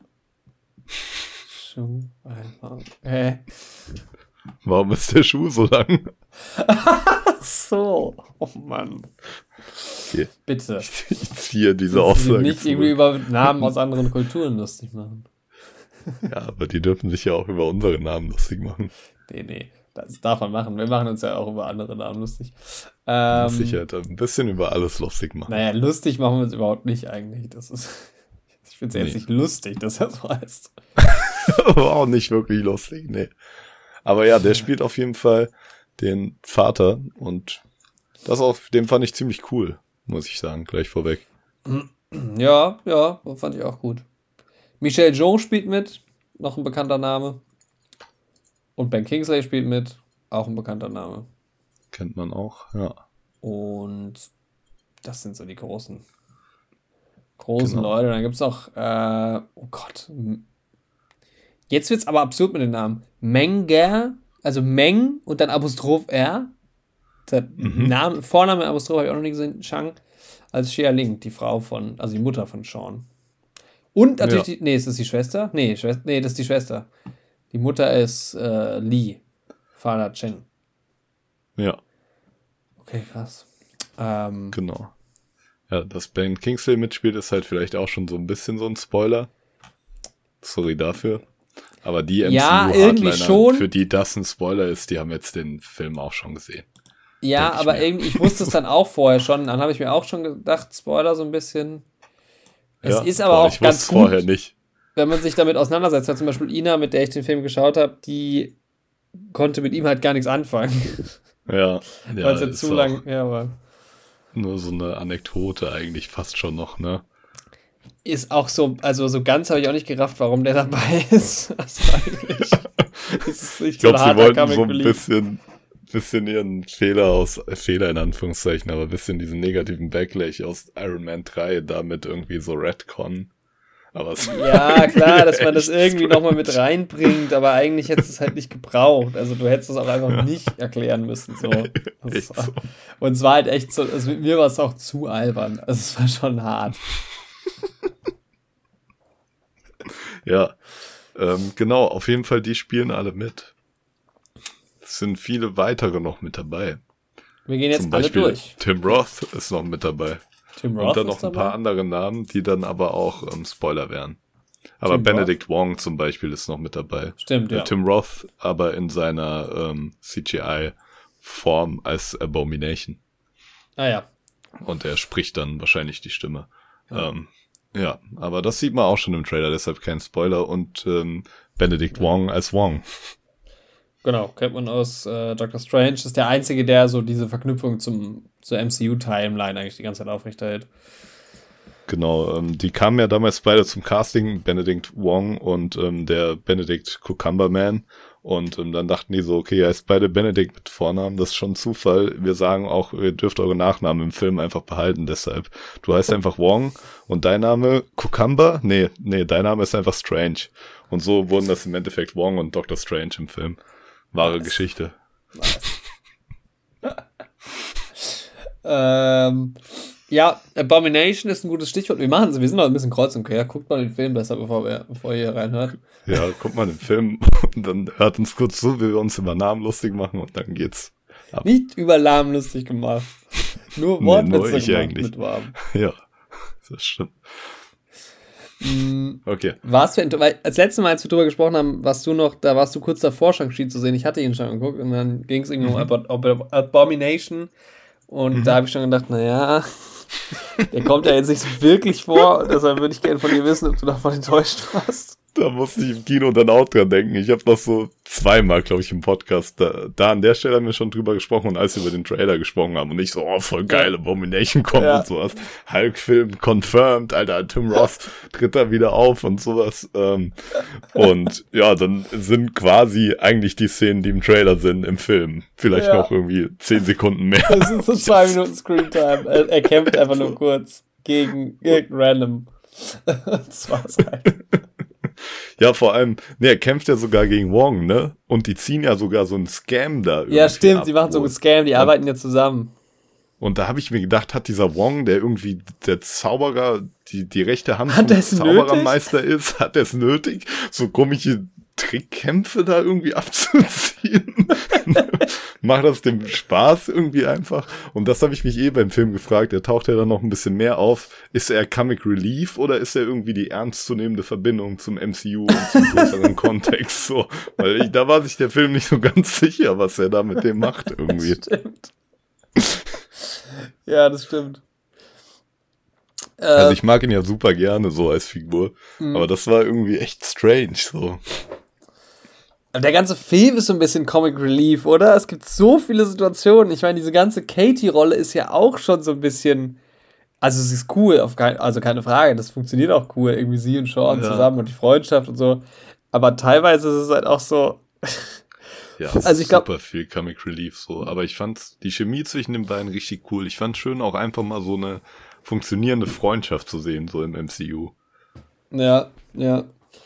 Shu Wai Long. Hä? Warum ist der Schuh so lang? Ach so, oh Mann. Okay. Bitte. Ich, ich ziehe diese Aussage nicht zurück. Irgendwie über Namen aus anderen Kulturen lustig machen. Ja, aber die dürfen sich ja auch über unsere Namen lustig machen. Nee, nee, das darf man machen. Wir machen uns ja auch über andere Namen lustig. Ähm, Sicher, ein bisschen über alles lustig machen. Naja, lustig machen wir uns überhaupt nicht eigentlich. Das ist, ich finde es nee. jetzt nicht lustig, dass er so heißt. Aber auch nicht wirklich lustig, nee. Aber ja, der spielt auf jeden Fall den Vater und das auf dem fand ich ziemlich cool, muss ich sagen, gleich vorweg. Ja, ja, fand ich auch gut. Michelle Yeoh spielt mit, noch ein bekannter Name. Und Ben Kingsley spielt mit, auch ein bekannter Name. Kennt man auch, ja. Und das sind so die großen, großen genau. Leute. Dann gibt es noch, äh, oh Gott, jetzt wird's aber absurd mit den Namen. Menger, also Meng und dann Apostroph R. Der mhm. Name, Vorname Apostroph habe ich auch noch nie gesehen. Shang als Xia Ling, die Frau von, also die Mutter von Sean. Und natürlich, ja. die, nee, ist das die Schwester? Nee, Schwester, nee, das ist die Schwester. Die Mutter ist äh, Lee, Vater Chen. Ja. Okay, krass. Ähm, genau. Ja, dass Ben Kingsley mitspielt, ist halt vielleicht auch schon so ein bisschen so ein Spoiler. Sorry dafür. Aber die M C U-Hardliner, ja, für die das ein Spoiler ist, die haben jetzt den Film auch schon gesehen. Ja, aber mir. irgendwie, ich wusste es dann auch vorher schon. Dann habe ich mir auch schon gedacht, Spoiler so ein bisschen. Es ja, ist aber boah, auch ich ganz gut, vorher nicht. wenn man sich damit auseinandersetzt. Weil zum Beispiel Ina, mit der ich den Film geschaut habe, die konnte mit ihm halt gar nichts anfangen. Ja. ja weil es ja zu lang her war. Nur so eine Anekdote eigentlich fast schon noch, ne? Ist auch so, also so ganz habe ich auch nicht gerafft, warum der dabei ist. Also eigentlich ist ich glaube, so sie wollten so ein bisschen, bisschen ihren Fehler aus, äh, Fehler in Anführungszeichen, aber ein bisschen diesen negativen Backlash aus Iron Man drei damit irgendwie so retconnen. Aber es ja, klar, dass man das irgendwie nochmal mit reinbringt, aber eigentlich hättest du es halt nicht gebraucht. Also du hättest es auch einfach ja. nicht erklären müssen. So. Das so. Und es war halt echt so, also mit mir war es auch zu albern. Also es war schon hart. Ja, ähm, genau, auf jeden Fall, die spielen alle mit. Es sind viele weitere noch mit dabei. Wir gehen jetzt Zum alle Beispiel durch. Tim Roth ist noch mit dabei. Tim Roth Und dann noch ist ein dabei? paar andere Namen, die dann aber auch ähm, Spoiler wären. Aber Tim Benedict Wong zum Beispiel ist noch mit dabei. Stimmt, ja. Äh, Tim Roth aber in seiner ähm, C G I-Form als Abomination. Ah ja. Und er spricht dann wahrscheinlich die Stimme. Ja. Ähm, ja, aber das sieht man auch schon im Trailer, deshalb kein Spoiler. Und ähm, Benedict ja. Wong als Wong. Genau, kennt man aus äh, Doctor Strange. Ist der Einzige, der so diese Verknüpfung zum, zur M C U-Timeline eigentlich die ganze Zeit aufrechterhält. Genau, ähm, die kamen ja damals beide zum Casting, Benedict Wong und ähm, der Benedict Cucumberman. Und ähm, dann dachten die so, okay, er heißt beide Benedict mit Vornamen, das ist schon Zufall. Wir sagen auch, ihr dürft eure Nachnamen im Film einfach behalten, deshalb. Du heißt einfach Wong und dein Name Cucumber? Nee, nee, dein Name ist einfach Strange. Und so wurden das im Endeffekt Wong und Doctor Strange im Film. Wahre Was? Geschichte. Was? ähm, ja, Abomination ist ein gutes Stichwort. Wir machen es, wir sind noch ein bisschen kreuz und quer. Guckt mal den Film besser, bevor, wir, bevor ihr hier reinhört. Ja, guckt mal den Film und dann hört uns kurz zu, wie wir uns über Namen lustig machen und dann geht's ab. Nicht über Namen lustig gemacht. Nur Wortwitze nee, gemacht eigentlich. Mit Warm. Ja, das stimmt. Okay. Warst du, weil als letztes Mal, als wir drüber gesprochen haben, warst du noch, da warst du kurz davor, Shang-Chi zu sehen. Ich hatte ihn schon geguckt und dann ging es irgendwie mhm. um Ab- Ab- Abomination und mhm. da habe ich schon gedacht, naja, der kommt ja jetzt nicht so wirklich vor und deshalb würde ich gerne von dir wissen, ob du davon enttäuscht warst. Da musste ich im Kino dann auch dran denken. Ich habe das so zweimal, glaube ich, im Podcast. Da, da an der Stelle haben wir schon drüber gesprochen und als wir über den Trailer gesprochen haben und ich so, oh, voll geil, Abomination kommt ja. und sowas. Hulk-Film confirmed, Alter, Tim Roth tritt da wieder auf und sowas. Ähm, und ja, dann sind quasi eigentlich die Szenen, die im Trailer sind, im Film. Vielleicht ja. noch irgendwie zehn Sekunden mehr. Das sind so zwei Minuten Screentime. Er, er kämpft einfach nur kurz gegen irgendein Random. Das war's halt. Ja, vor allem, ne, er kämpft ja sogar gegen Wong, ne? Und die ziehen ja sogar so einen Scam da irgendwie. Ja, stimmt, ab, die machen so einen Scam, die und, arbeiten ja zusammen. Und da habe ich mir gedacht, hat dieser Wong, der irgendwie der Zauberer, die, die rechte Hand vom Zauberermeister ist, hat er es nötig, so komische Trickkämpfe da irgendwie abzuziehen? Macht das dem Spaß irgendwie einfach? Und das habe ich mich eh beim Film gefragt. Er taucht ja dann noch ein bisschen mehr auf. Ist er Comic Relief oder ist er irgendwie die ernstzunehmende Verbindung zum M C U und zum größeren Kontext? So, weil ich, da war sich der Film nicht so ganz sicher, was er da mit dem macht irgendwie. Das stimmt. Ja, das stimmt. Also ich mag ihn ja super gerne so als Figur, mhm. aber das war irgendwie echt strange so. Der ganze Film ist so ein bisschen Comic Relief, oder? Es gibt so viele Situationen. Ich meine, diese ganze Katie-Rolle ist ja auch schon so ein bisschen. Also, es ist cool, auf kein, also keine Frage. Das funktioniert auch cool. Irgendwie sie und Sean ja. zusammen und die Freundschaft und so. Aber teilweise ist es halt auch so. Ja, es also ich glaub, super viel Comic Relief so. Aber ich fand die Chemie zwischen den beiden richtig cool. Ich fand schön, auch einfach mal so eine funktionierende Freundschaft zu sehen, so im M C U. Ja, ja.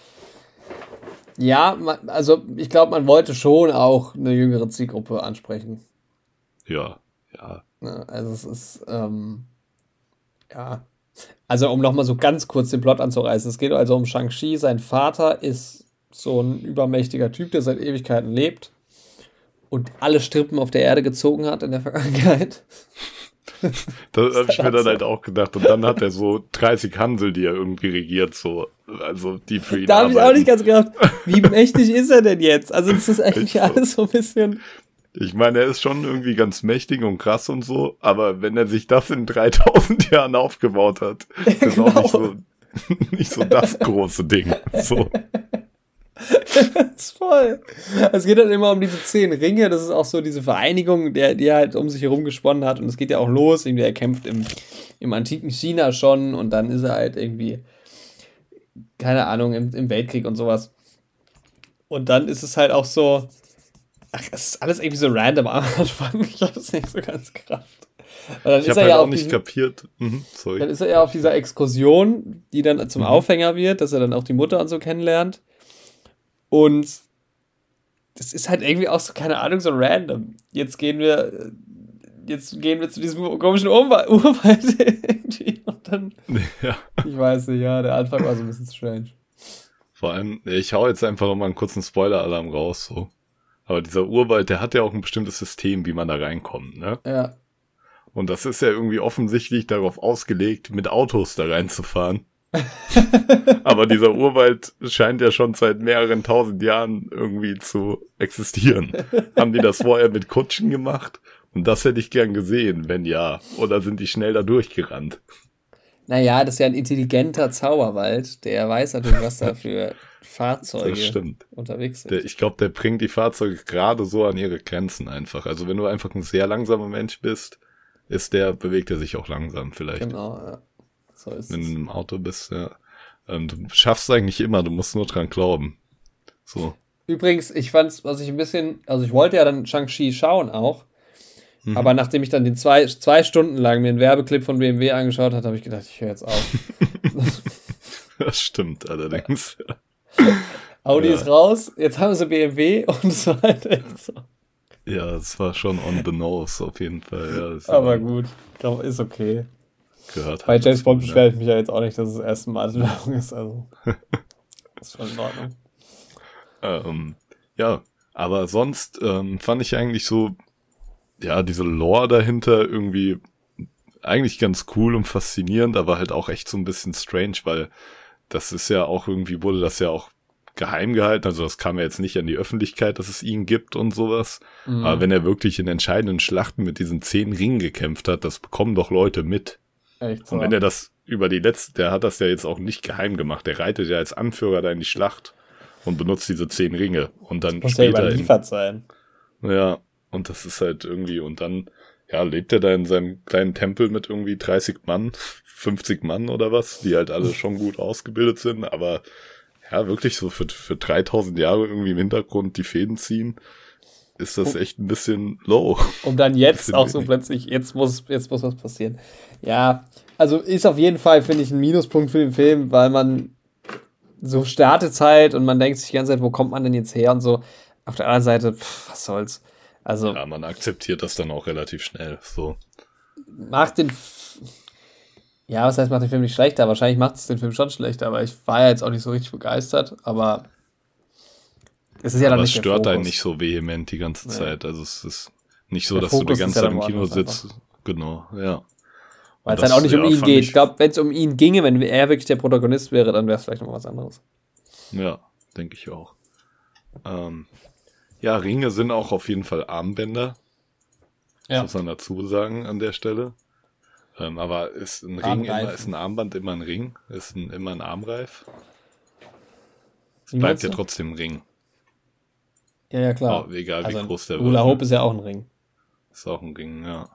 Ja, man, also ich glaube, man wollte schon auch eine jüngere Zielgruppe ansprechen. Ja, ja. Also es ist, ähm, ja. Also um nochmal so ganz kurz den Plot anzureißen. Es geht also um Shang-Chi. Sein Vater ist so ein übermächtiger Typ, der seit Ewigkeiten lebt und alle Strippen auf der Erde gezogen hat in der Vergangenheit. Das habe ich mir dann halt auch gedacht. Und dann hat er so dreißig Hansel, die er irgendwie regiert, so, also die für ihn Da habe ich auch nicht ganz gedacht, wie mächtig ist er denn jetzt? Also das ist eigentlich so. Alles so ein bisschen... Ich meine, er ist schon irgendwie ganz mächtig und krass und so, aber wenn er sich das in dreitausend Jahren aufgebaut hat, ist das genau. auch nicht so, nicht so das große Ding. So. Das ist voll. Es geht halt immer um diese zehn Ringe. Das ist auch so diese Vereinigung, der, die er halt um sich herum gesponnen hat. Und es geht ja auch los. Irgendwie, er kämpft im, im antiken China schon. Und dann ist er halt irgendwie, keine Ahnung, im, im Weltkrieg und sowas. Und dann ist es halt auch so, ach, es ist alles irgendwie so random am Anfang. Ich habe es nicht so ganz gerafft. dann ich ist habe er halt ja auch auf nicht diesem, kapiert. Mhm, sorry. Dann ist er ja auf dieser Exkursion, die dann zum Mhm. Aufhänger wird, dass er dann auch die Mutter und so kennenlernt. Und das ist halt irgendwie auch so, keine Ahnung, so random. Jetzt gehen wir, jetzt gehen wir zu diesem komischen Urwald Urwald irgendwie und dann, Ja. ich weiß nicht, ja, der Anfang war so ein bisschen strange. Vor allem, ich hau jetzt einfach nochmal einen kurzen Spoiler-Alarm raus, so. Aber dieser Urwald, der hat ja auch ein bestimmtes System, wie man da reinkommt, ne? Ja. Und das ist ja irgendwie offensichtlich darauf ausgelegt, mit Autos da reinzufahren. Aber dieser Urwald scheint ja schon seit mehreren tausend Jahren irgendwie zu existieren. Haben die das vorher mit Kutschen gemacht? Und das hätte ich gern gesehen, wenn ja. Oder sind die schnell da durchgerannt? Naja, das ist ja ein intelligenter Zauberwald, der weiß natürlich, was da für Fahrzeuge Das stimmt. unterwegs sind. Der, ich glaube, der bringt die Fahrzeuge gerade so an ihre Grenzen einfach. Also wenn du einfach ein sehr langsamer Mensch bist, ist der, bewegt er sich auch langsam vielleicht. Genau, ja. So ist Wenn es. du im Auto bist, ja. Ähm, du schaffst es eigentlich immer, du musst nur dran glauben. So. Übrigens, ich fand's, was ich ein bisschen, also ich wollte ja dann Shang-Chi schauen auch, mhm. aber nachdem ich dann den zwei, zwei Stunden lang mir einen Werbeclip von B M W angeschaut habe, habe ich gedacht, ich höre jetzt auf. Das stimmt allerdings. Audi ja. ist raus, jetzt haben sie B M W und es war halt echt so. Ja, es war schon on the nose auf jeden Fall. Ja, aber gut, ist okay. Gehört Bei James Bond beschwere ich mich ja jetzt auch nicht, dass es das erste Mal Werbung ist, also ist schon in Ordnung. Ähm, ja, aber sonst ähm, fand ich eigentlich so, ja, diese Lore dahinter irgendwie eigentlich ganz cool und faszinierend, aber halt auch echt so ein bisschen strange, weil das ist ja auch irgendwie, wurde das ja auch geheim gehalten, also das kam ja jetzt nicht an die Öffentlichkeit, dass es ihn gibt und sowas, mhm. aber wenn er wirklich in entscheidenden Schlachten mit diesen zehn Ringen gekämpft hat, das bekommen doch Leute mit. Echt so. Und wenn er das über die letzte, der hat das ja jetzt auch nicht geheim gemacht, der reitet ja als Anführer da in die Schlacht und benutzt diese zehn Ringe und dann das muss später ja überliefert sein. Ja, und das ist halt irgendwie, und dann, ja, lebt er da in seinem kleinen Tempel mit irgendwie dreißig Mann, fünfzig Mann oder was, die halt alle schon gut ausgebildet sind, aber ja, wirklich so für, für dreitausend Jahre irgendwie im Hintergrund die Fäden ziehen, ist das echt ein bisschen low. Und dann jetzt auch so plötzlich, jetzt muss, jetzt muss was passieren. Ja, also ist auf jeden Fall, finde ich, ein Minuspunkt für den Film, weil man so Startezeit und man denkt sich die ganze Zeit, wo kommt man denn jetzt her und so. Auf der anderen Seite, pff, was soll's. Also, ja, man akzeptiert das dann auch relativ schnell, so. Macht den, F- ja, was heißt, macht den Film nicht schlechter? Wahrscheinlich macht es den Film schon schlechter, aber ich war ja jetzt auch nicht so richtig begeistert, aber es ist ja aber dann nicht nicht der Fokus. Es stört einen Fokus. nicht so vehement die ganze Nee. Zeit, also es ist nicht so, Der dass Fokus du die ganze ist ja Zeit im dann Kino woanders sitzt, genau, ja. Weil es Das, halt auch nicht um ja, ihn fand geht. ich- Ich glaube, wenn es um ihn ginge, wenn er wirklich der Protagonist wäre, dann wäre es vielleicht noch was anderes. Ja, denke ich auch. Ähm, ja, Ringe sind auch auf jeden Fall Armbänder. Ja. Das muss man dazu sagen an der Stelle. Ähm, aber ist ein Ring Armreifen. immer, ist ein Armband immer ein Ring? Ist ein, immer ein Armreif? Es Wie bleibt meinst ja du? trotzdem ein Ring. Ja, ja, klar. Oh, egal also wie groß der Hula wird. Hoop Ne? ist ja auch ein Ring. Ist auch ein Ring, ja.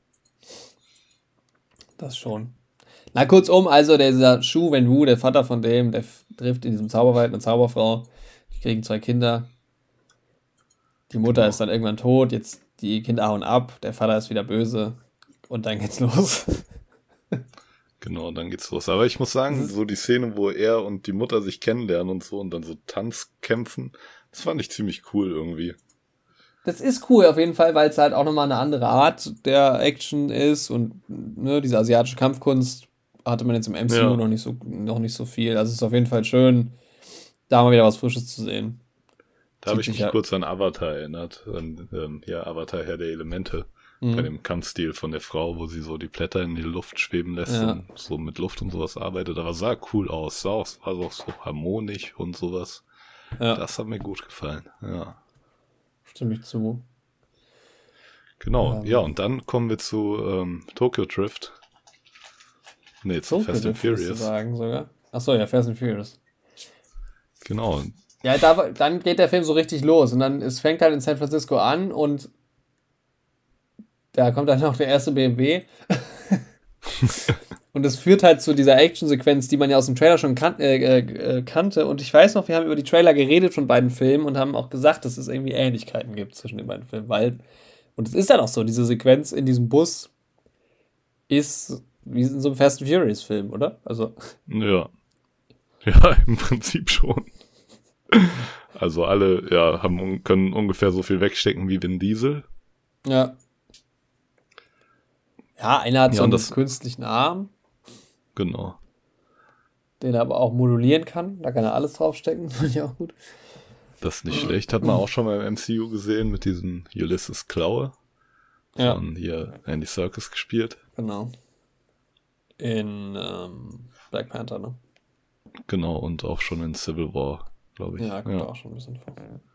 Das schon. Na, kurzum, also dieser Shu Wenwu, der Vater von dem, der f- trifft in diesem Zauberwald eine Zauberfrau. Die kriegen zwei Kinder. Die Mutter Genau. ist dann irgendwann tot. Jetzt die Kinder hauen ab. Der Vater ist wieder böse. Und dann geht's los. Genau, dann geht's los. Aber ich muss sagen, so die Szene, wo er und die Mutter sich kennenlernen und so und dann so Tanz kämpfen, das fand ich ziemlich cool irgendwie. Das ist cool auf jeden Fall, weil es halt auch nochmal eine andere Art der Action ist. Und ne, diese asiatische Kampfkunst hatte man jetzt im M C U Ja. noch nicht so, noch nicht so viel. Also es ist auf jeden Fall schön, da mal wieder was Frisches zu sehen. Da habe Zieht ich sich mich ja- kurz an Avatar erinnert. An, ähm, ja, Avatar Herr der Elemente. Mhm. Bei dem Kampfstil von der Frau, wo sie so die Blätter in die Luft schweben lässt Ja. und so mit Luft und sowas arbeitet. Aber sah cool aus. Sah auch, war auch so harmonisch und sowas. Ja, Das hat mir gut gefallen. Ja. stimme ich zu. Genau. Ähm. Ja, und dann kommen wir zu ähm, Tokyo Drift. Nee, zu So Fast and würdest du Furious. sagen sogar. Achso, ja, Fast and Furious. Genau. Ja, da, dann geht der Film so richtig los und dann es fängt halt in San Francisco an und da kommt dann noch der erste B M W und es führt halt zu dieser Action-Sequenz, die man ja aus dem Trailer schon kan äh, äh, kannte und ich weiß noch, wir haben über die Trailer geredet von beiden Filmen und haben auch gesagt, dass es irgendwie Ähnlichkeiten gibt zwischen den beiden Filmen, weil und es ist dann auch so, diese Sequenz in diesem Bus, ist wie in so einem Fast and Furious Film, oder? Also. Ja. Ja, im Prinzip schon. Also alle, ja, haben, können ungefähr so viel wegstecken wie Vin Diesel. Ja. Ja, einer hat ja, so einen das, künstlichen Arm. Genau. Den er aber auch modulieren kann. Da kann er alles draufstecken. Finde ich auch gut. Das ist nicht schlecht. Hat man auch schon mal im M C U gesehen mit diesem Ulysses Klaue. Ja. Von hier Andy Serkis gespielt. Genau. In ähm, Black Panther, ne? Genau, und auch schon in Civil War, glaube ich. Ja, kommt ja. auch schon ein bisschen vor.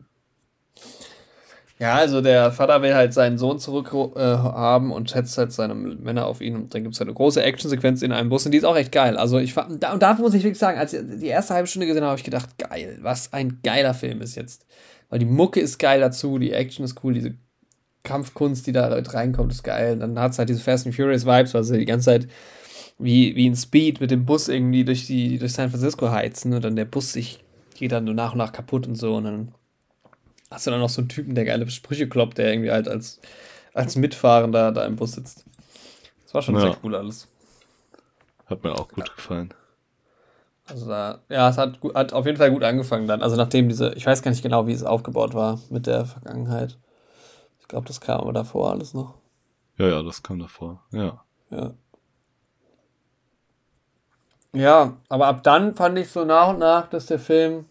Ja, also der Vater will halt seinen Sohn zurück äh, haben und schätzt halt seine Männer auf ihn. Und dann gibt es halt eine große Actionsequenz in einem Bus und die ist auch echt geil. Also ich fand, da, und dafür muss ich wirklich sagen, als ich die erste halbe Stunde gesehen habe, habe ich gedacht, geil, was ein geiler Film ist jetzt. Weil die Mucke ist geil dazu, die Action ist cool, diese Kampfkunst, die da reinkommt, ist geil. Und dann hat es halt diese Fast and Furious Vibes, weil sie die ganze Zeit wie, wie in Speed mit dem Bus irgendwie durch, die, durch San Francisco heizen und dann der Bus sich geht dann so nach und nach kaputt und so und dann hast du dann noch so einen Typen, der geile Sprüche kloppt, der irgendwie halt als, als Mitfahrender da im Bus sitzt. Das war schon ja. sehr cool alles. Hat mir auch gut ja. gefallen. Also da, ja, es hat, hat auf jeden Fall gut angefangen dann. Also nachdem diese, ich weiß gar nicht genau, wie es aufgebaut war mit der Vergangenheit. Ich glaube, das kam aber davor alles noch. Ja, ja, das kam davor, ja. Ja. Ja, aber ab dann fand ich so nach und nach, dass der Film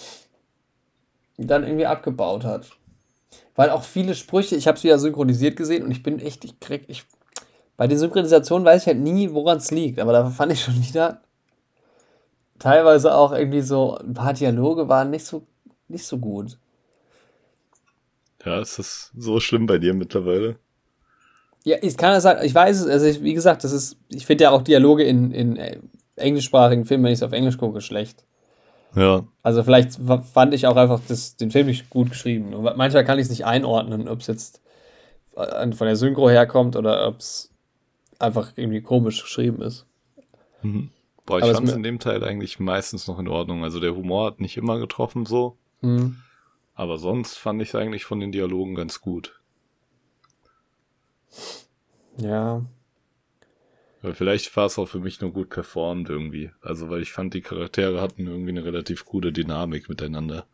dann irgendwie abgebaut hat. Weil auch viele Sprüche, ich habe es wieder synchronisiert gesehen und ich bin echt, ich krieg, ich, bei den Synchronisationen weiß ich halt nie, woran es liegt, aber da fand ich schon wieder teilweise auch irgendwie so, ein paar Dialoge waren nicht so, nicht so gut. Ja, ist das so schlimm bei dir mittlerweile? Ja, ich kann das sagen, ich weiß es, also ich, wie gesagt, das ist, ich finde ja auch Dialoge in, in englischsprachigen Filmen, wenn ich es auf Englisch gucke, schlecht. Ja. Also vielleicht fand ich auch einfach das, den Film nicht gut geschrieben. Und manchmal kann ich es nicht einordnen, ob es jetzt von der Synchro herkommt oder ob es einfach irgendwie komisch geschrieben ist. Mhm. Boah, ich fand es in dem Teil eigentlich meistens noch in Ordnung. Also der Humor hat nicht immer getroffen so. Mhm. Aber sonst fand ich es eigentlich von den Dialogen ganz gut. Ja. Weil vielleicht war es auch für mich nur gut performt irgendwie. Also weil ich fand, die Charaktere hatten irgendwie eine relativ gute Dynamik miteinander.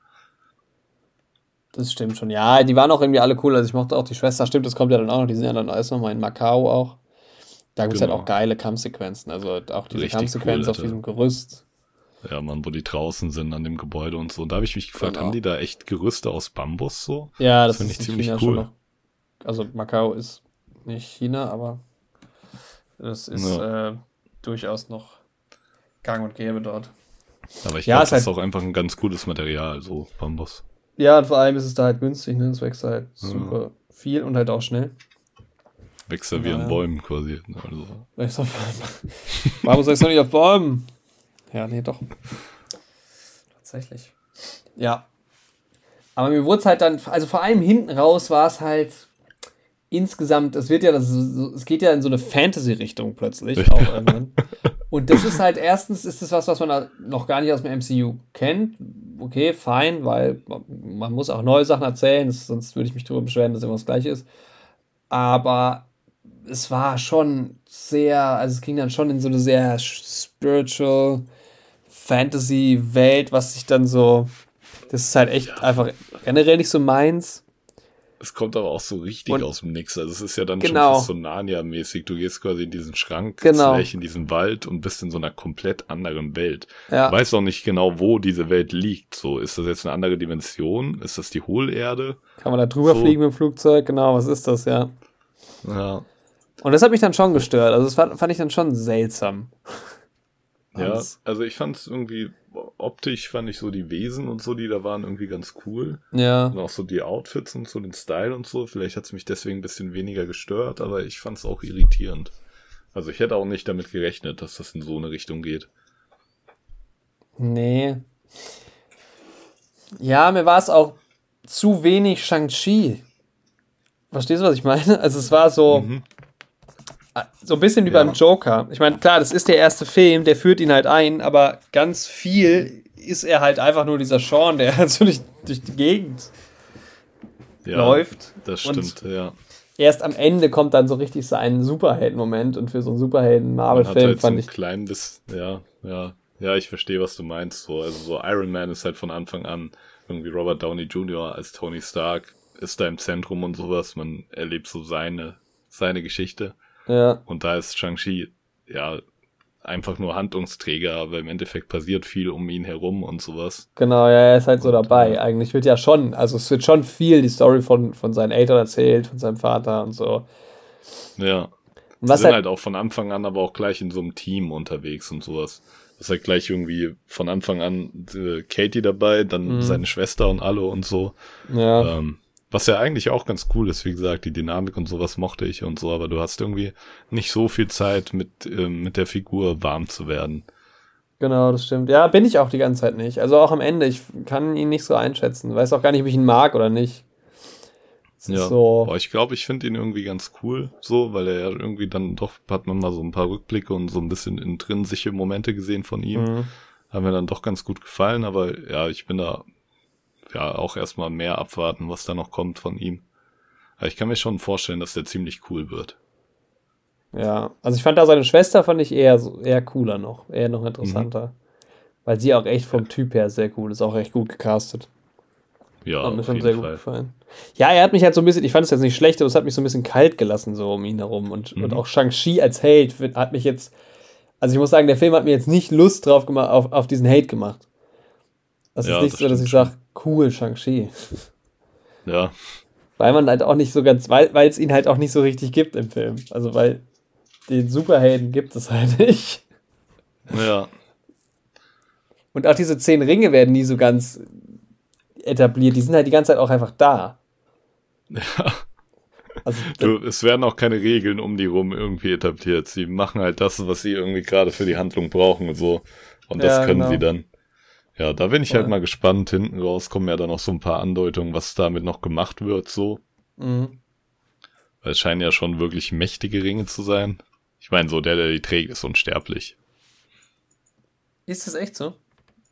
Das stimmt schon. Ja, die waren auch irgendwie alle cool. Also ich mochte auch die Schwester. Stimmt, das kommt ja dann auch noch. Die sind ja dann erst nochmal in Macau auch. Da gibt es genau. halt auch geile Kampfsequenzen. Also auch diese Richtig Kampfsequenz cool, auf diesem Gerüst. Ja, man, wo die draußen sind an dem Gebäude und so. Und da habe ich mich gefragt, genau. haben die da echt Gerüste aus Bambus so? Ja, das, das finde ich ziemlich China cool. Noch, also Macau ist nicht China, aber das ist ja. äh, durchaus noch gang und gäbe dort. Aber ich ja, glaube, das halt, ist auch einfach ein ganz gutes Material, so Bambus. Ja, und vor allem ist es da halt günstig, ne? Es wächst halt super ja. viel und halt auch schnell. Wächst ja wie an Bäumen quasi. Also. Wächst auf Bäumen. Warum wächst du nicht auf Bäumen? Ja, nee, doch. Tatsächlich. Ja. Aber mir wurde es halt dann, also vor allem hinten raus war es halt insgesamt, es wird ja, das, es geht ja in so eine Fantasy-Richtung plötzlich auch irgendwann. Und das ist halt, erstens ist das was, was man noch gar nicht aus dem M C U kennt. Okay, fein, weil man muss auch neue Sachen erzählen, sonst würde ich mich darüber beschweren, dass immer das Gleiche ist. Aber es war schon sehr, also es ging dann schon in so eine sehr spiritual Fantasy-Welt, was sich dann so, das ist halt echt ja. einfach generell nicht so meins. Es kommt aber auch so richtig und aus dem Nix. Also es ist ja dann genau. schon fast so Narnia-mäßig. Du gehst quasi in diesen Schrank, genau. in diesen Wald und bist in so einer komplett anderen Welt. Ja. Du weißt auch nicht genau, wo diese Welt liegt. So, ist das jetzt eine andere Dimension? Ist das die Hohlerde? Kann man da drüber so. fliegen mit dem Flugzeug? Genau, was ist das, ja. Ja. Und das hat mich dann schon gestört. Also das fand, fand ich dann schon seltsam. Ja, also ich fand es irgendwie, optisch fand ich so die Wesen und so, die da waren, irgendwie ganz cool. Ja. Und auch so die Outfits und so, den Style und so. Vielleicht hat es mich deswegen ein bisschen weniger gestört, aber ich fand es auch irritierend. Also ich hätte auch nicht damit gerechnet, dass das in so eine Richtung geht. Nee. Ja, mir war es auch zu wenig Shang-Chi. Verstehst du, was ich meine? Also es war so... Mhm. So ein bisschen wie ja. beim Joker. Ich meine, klar, das ist der erste Film, der führt ihn halt ein, aber ganz viel ist er halt einfach nur dieser Sean, der halt so durch, durch die Gegend ja, läuft. Das stimmt, und ja. erst am Ende kommt dann so richtig so ein Superhelden-Moment und für so einen Superhelden-Marvel-Film halt fand so ich... klein bis, ja, ja, ja, ich verstehe, was du meinst. So, also so Iron Man ist halt von Anfang an irgendwie Robert Downey Junior als Tony Stark ist da im Zentrum und sowas. Man erlebt so seine, seine Geschichte. Ja. Und da ist Shang-Chi, ja, einfach nur Handlungsträger, aber im Endeffekt passiert viel um ihn herum und sowas. Genau, ja, er ist halt so Und, dabei. äh, Eigentlich wird ja schon, also es wird schon viel die Story von, von seinen Eltern erzählt, von seinem Vater und so. Ja. Und Die was sind halt, halt auch von Anfang an aber auch gleich in so einem Team unterwegs und sowas. Das ist halt gleich irgendwie von Anfang an äh, Katie dabei, dann Mhm. seine Schwester und alle und so. ja, Ähm, was ja eigentlich auch ganz cool ist, wie gesagt, die Dynamik und sowas mochte ich und so, aber du hast irgendwie nicht so viel Zeit mit, ähm, mit der Figur warm zu werden. genau, das stimmt. Ja, bin ich auch die ganze Zeit nicht. Also auch am Ende, ich kann ihn nicht so einschätzen. Weiß auch gar nicht, ob ich ihn mag oder nicht. Es ist Ja, so, aber ich glaube, ich finde ihn irgendwie ganz cool, so, weil er ja irgendwie dann doch, hat man mal so ein paar Rückblicke und so ein bisschen intrinsische Momente gesehen von ihm. mhm. Haben mir dann doch ganz gut gefallen, aber ja, ich bin da ja auch erstmal mehr abwarten, was da noch kommt von ihm. Aber ich kann mir schon vorstellen, dass der ziemlich cool wird. Ja, also ich fand da seine Schwester fand ich eher so, eher cooler noch, eher noch interessanter. Weil sie auch echt vom Typ her sehr cool ist, auch recht gut gecastet. Ja, Hat mir auf schon jeden sehr gut Fall. gefallen. Ja, er hat mich halt so ein bisschen, ich fand es jetzt nicht schlecht, aber es hat mich so ein bisschen kalt gelassen, so um ihn herum. Und, und Mhm. auch Shang-Chi als Held find- hat mich jetzt, also ich muss sagen, der Film hat mir jetzt nicht Lust drauf gemacht, auf, auf diesen Hate gemacht. Das ist Ja, nicht das so, dass stimmt ich schon. sage, cool, Shang-Chi. Ja, Weil man halt auch nicht so ganz, weil weil es ihn halt auch nicht so richtig gibt im Film. Also weil den Superhelden gibt es halt nicht. ja, Und auch diese zehn Ringe werden nie so ganz etabliert. Die sind halt die ganze Zeit auch einfach da. ja. Also, Du, es werden auch keine Regeln um die rum irgendwie etabliert. Sie machen halt das, was sie irgendwie gerade für die Handlung brauchen und so. Und das Ja, können genau. sie dann. Ja, da bin ich Voll. halt mal gespannt. Hinten raus kommen ja dann noch so ein paar Andeutungen, was damit noch gemacht wird, so. mhm. Weil es scheinen ja schon wirklich mächtige Ringe zu sein. Ich meine, so der, der die trägt, ist unsterblich. Ist das echt so?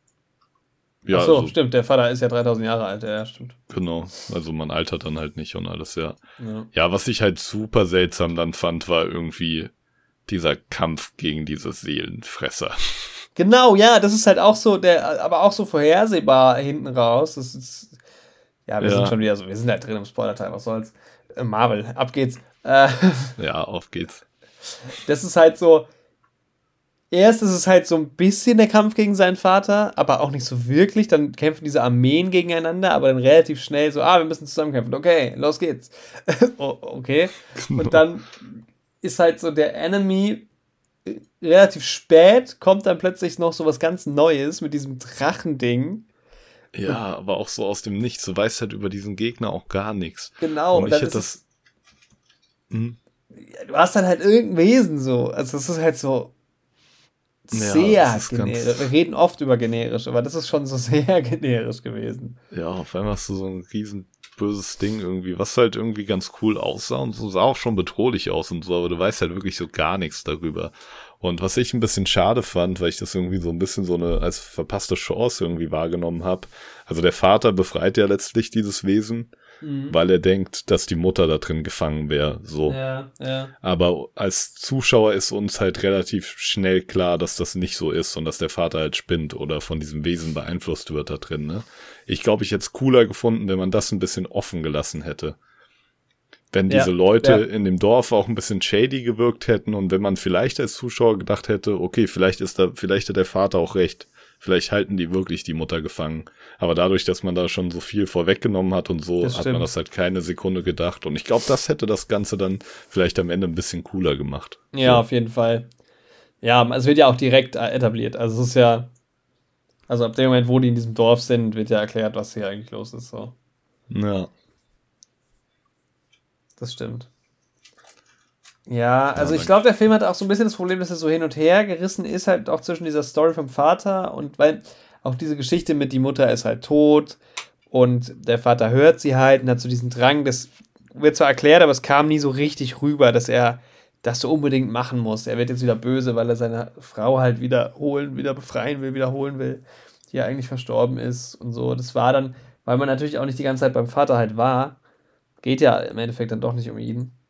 Ja, Ach so, also, stimmt. Der Vater ist ja dreitausend Jahre alt. Ja, stimmt. genau. Also man altert dann halt nicht und alles, ja. Ja. Ja, was ich halt super seltsam dann fand, war irgendwie dieser Kampf gegen diese Seelenfresser. Genau, ja, das ist halt auch so, der, aber auch so vorhersehbar hinten raus. Das ist, ja, wir Ja. sind schon wieder so, wir sind halt drin im Spoiler-Teil, was soll's. Äh, Marvel, ab geht's. Äh, Ja, auf geht's. das ist halt so, erst ist es halt so ein bisschen der Kampf gegen seinen Vater, aber auch nicht so wirklich. Dann kämpfen diese Armeen gegeneinander, aber dann relativ schnell so, ah, wir müssen zusammenkämpfen. Okay, los geht's. oh, okay. Und dann ist halt so der Enemy äh, relativ spät, kommt dann plötzlich noch so was ganz Neues mit diesem Drachending. Ja, aber auch so aus dem Nichts. Du weißt halt über diesen Gegner auch gar nichts. Genau. Und Und ich dann hätte ist das. es, Hm? du hast dann halt irgendein Wesen so. Also das ist halt so Ja, sehr das ist generisch. ganz- Wir reden oft über generisch, aber das ist schon so sehr generisch gewesen. Ja, auf einmal hast du so ein riesen böses Ding irgendwie, was halt irgendwie ganz cool aussah und so sah auch schon bedrohlich aus und so, aber du weißt halt wirklich so gar nichts darüber. Und was ich ein bisschen schade fand, weil ich das irgendwie so ein bisschen so eine als verpasste Chance irgendwie wahrgenommen habe. Also der Vater befreit ja letztlich dieses Wesen, Mhm. weil er denkt, dass die Mutter da drin gefangen wäre, so. Ja, ja. Aber als Zuschauer ist uns halt relativ schnell klar, dass das nicht so ist und dass der Vater halt spinnt oder von diesem Wesen beeinflusst wird da drin, ne? Ich glaube, ich hätte es cooler gefunden, wenn man das ein bisschen offen gelassen hätte. Wenn diese Ja, Leute ja. in dem Dorf auch ein bisschen shady gewirkt hätten und wenn man vielleicht als Zuschauer gedacht hätte, okay, vielleicht ist da, vielleicht hat der Vater auch recht. Vielleicht halten die wirklich die Mutter gefangen. Aber dadurch, dass man da schon so viel vorweggenommen hat und so, Das hat man stimmt. das halt keine Sekunde gedacht. Und ich glaube, das hätte das Ganze dann vielleicht am Ende ein bisschen cooler gemacht. Ja, So. auf jeden Fall. Ja, es wird ja auch direkt äh, etabliert. Also es ist ja, also ab dem Moment, wo die in diesem Dorf sind, wird ja erklärt, was hier eigentlich los ist. So, Ja. das stimmt. Ja, also ich danke. glaube, der Film hat auch so ein bisschen das Problem, dass er so hin und her gerissen ist, halt auch zwischen dieser Story vom Vater und weil auch diese Geschichte mit die Mutter ist halt tot und der Vater hört sie halt und hat so diesen Drang, das wird zwar erklärt, aber es kam nie so richtig rüber, dass er das so unbedingt machen muss. Er wird jetzt wieder böse, weil er seine Frau halt wieder holen, wieder befreien will, wiederholen will, die ja eigentlich verstorben ist und so. Das war dann, weil man natürlich auch nicht die ganze Zeit beim Vater halt war, geht ja im Endeffekt dann doch nicht um ihn.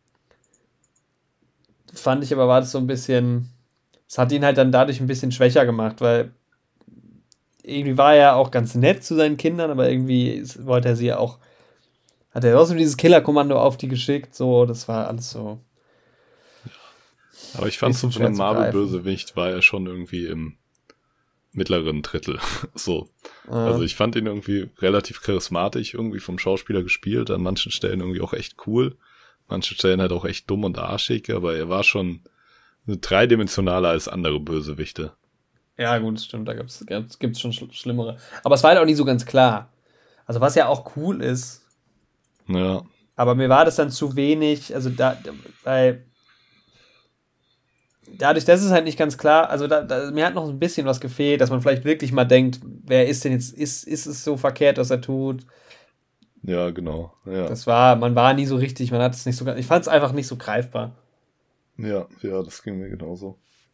fand ich aber, war das so ein bisschen, es hat ihn halt dann dadurch ein bisschen schwächer gemacht, weil irgendwie war er ja auch ganz nett zu seinen Kindern, aber irgendwie wollte er sie ja auch, hat er trotzdem dieses Killerkommando auf die geschickt, so, das war alles so. Aber ich fand so von einem Marvel-Bösewicht war er schon irgendwie im mittleren Drittel. So. Ah. Also ich fand ihn irgendwie relativ charismatisch, irgendwie vom Schauspieler gespielt, an manchen Stellen irgendwie auch echt cool. Manchen Stellen halt auch echt dumm und arschig, aber er war schon dreidimensionaler als andere Bösewichte. Ja, gut, das stimmt, da gibt's, gibt's, gibt's schon schl- schlimmere. Aber es war halt auch nicht so ganz klar. Also was ja auch cool ist. Ja. Aber mir war das dann zu wenig, also da, weil dadurch, das ist halt nicht ganz klar, also da, da, mir hat noch ein bisschen was gefehlt, dass man vielleicht wirklich mal denkt, wer ist denn jetzt, ist, ist es so verkehrt, was er tut? Ja, genau. Ja. Das war, man war nie so richtig, man hat es nicht so, ich fand es einfach nicht so greifbar. Ja, ja, das ging mir genauso.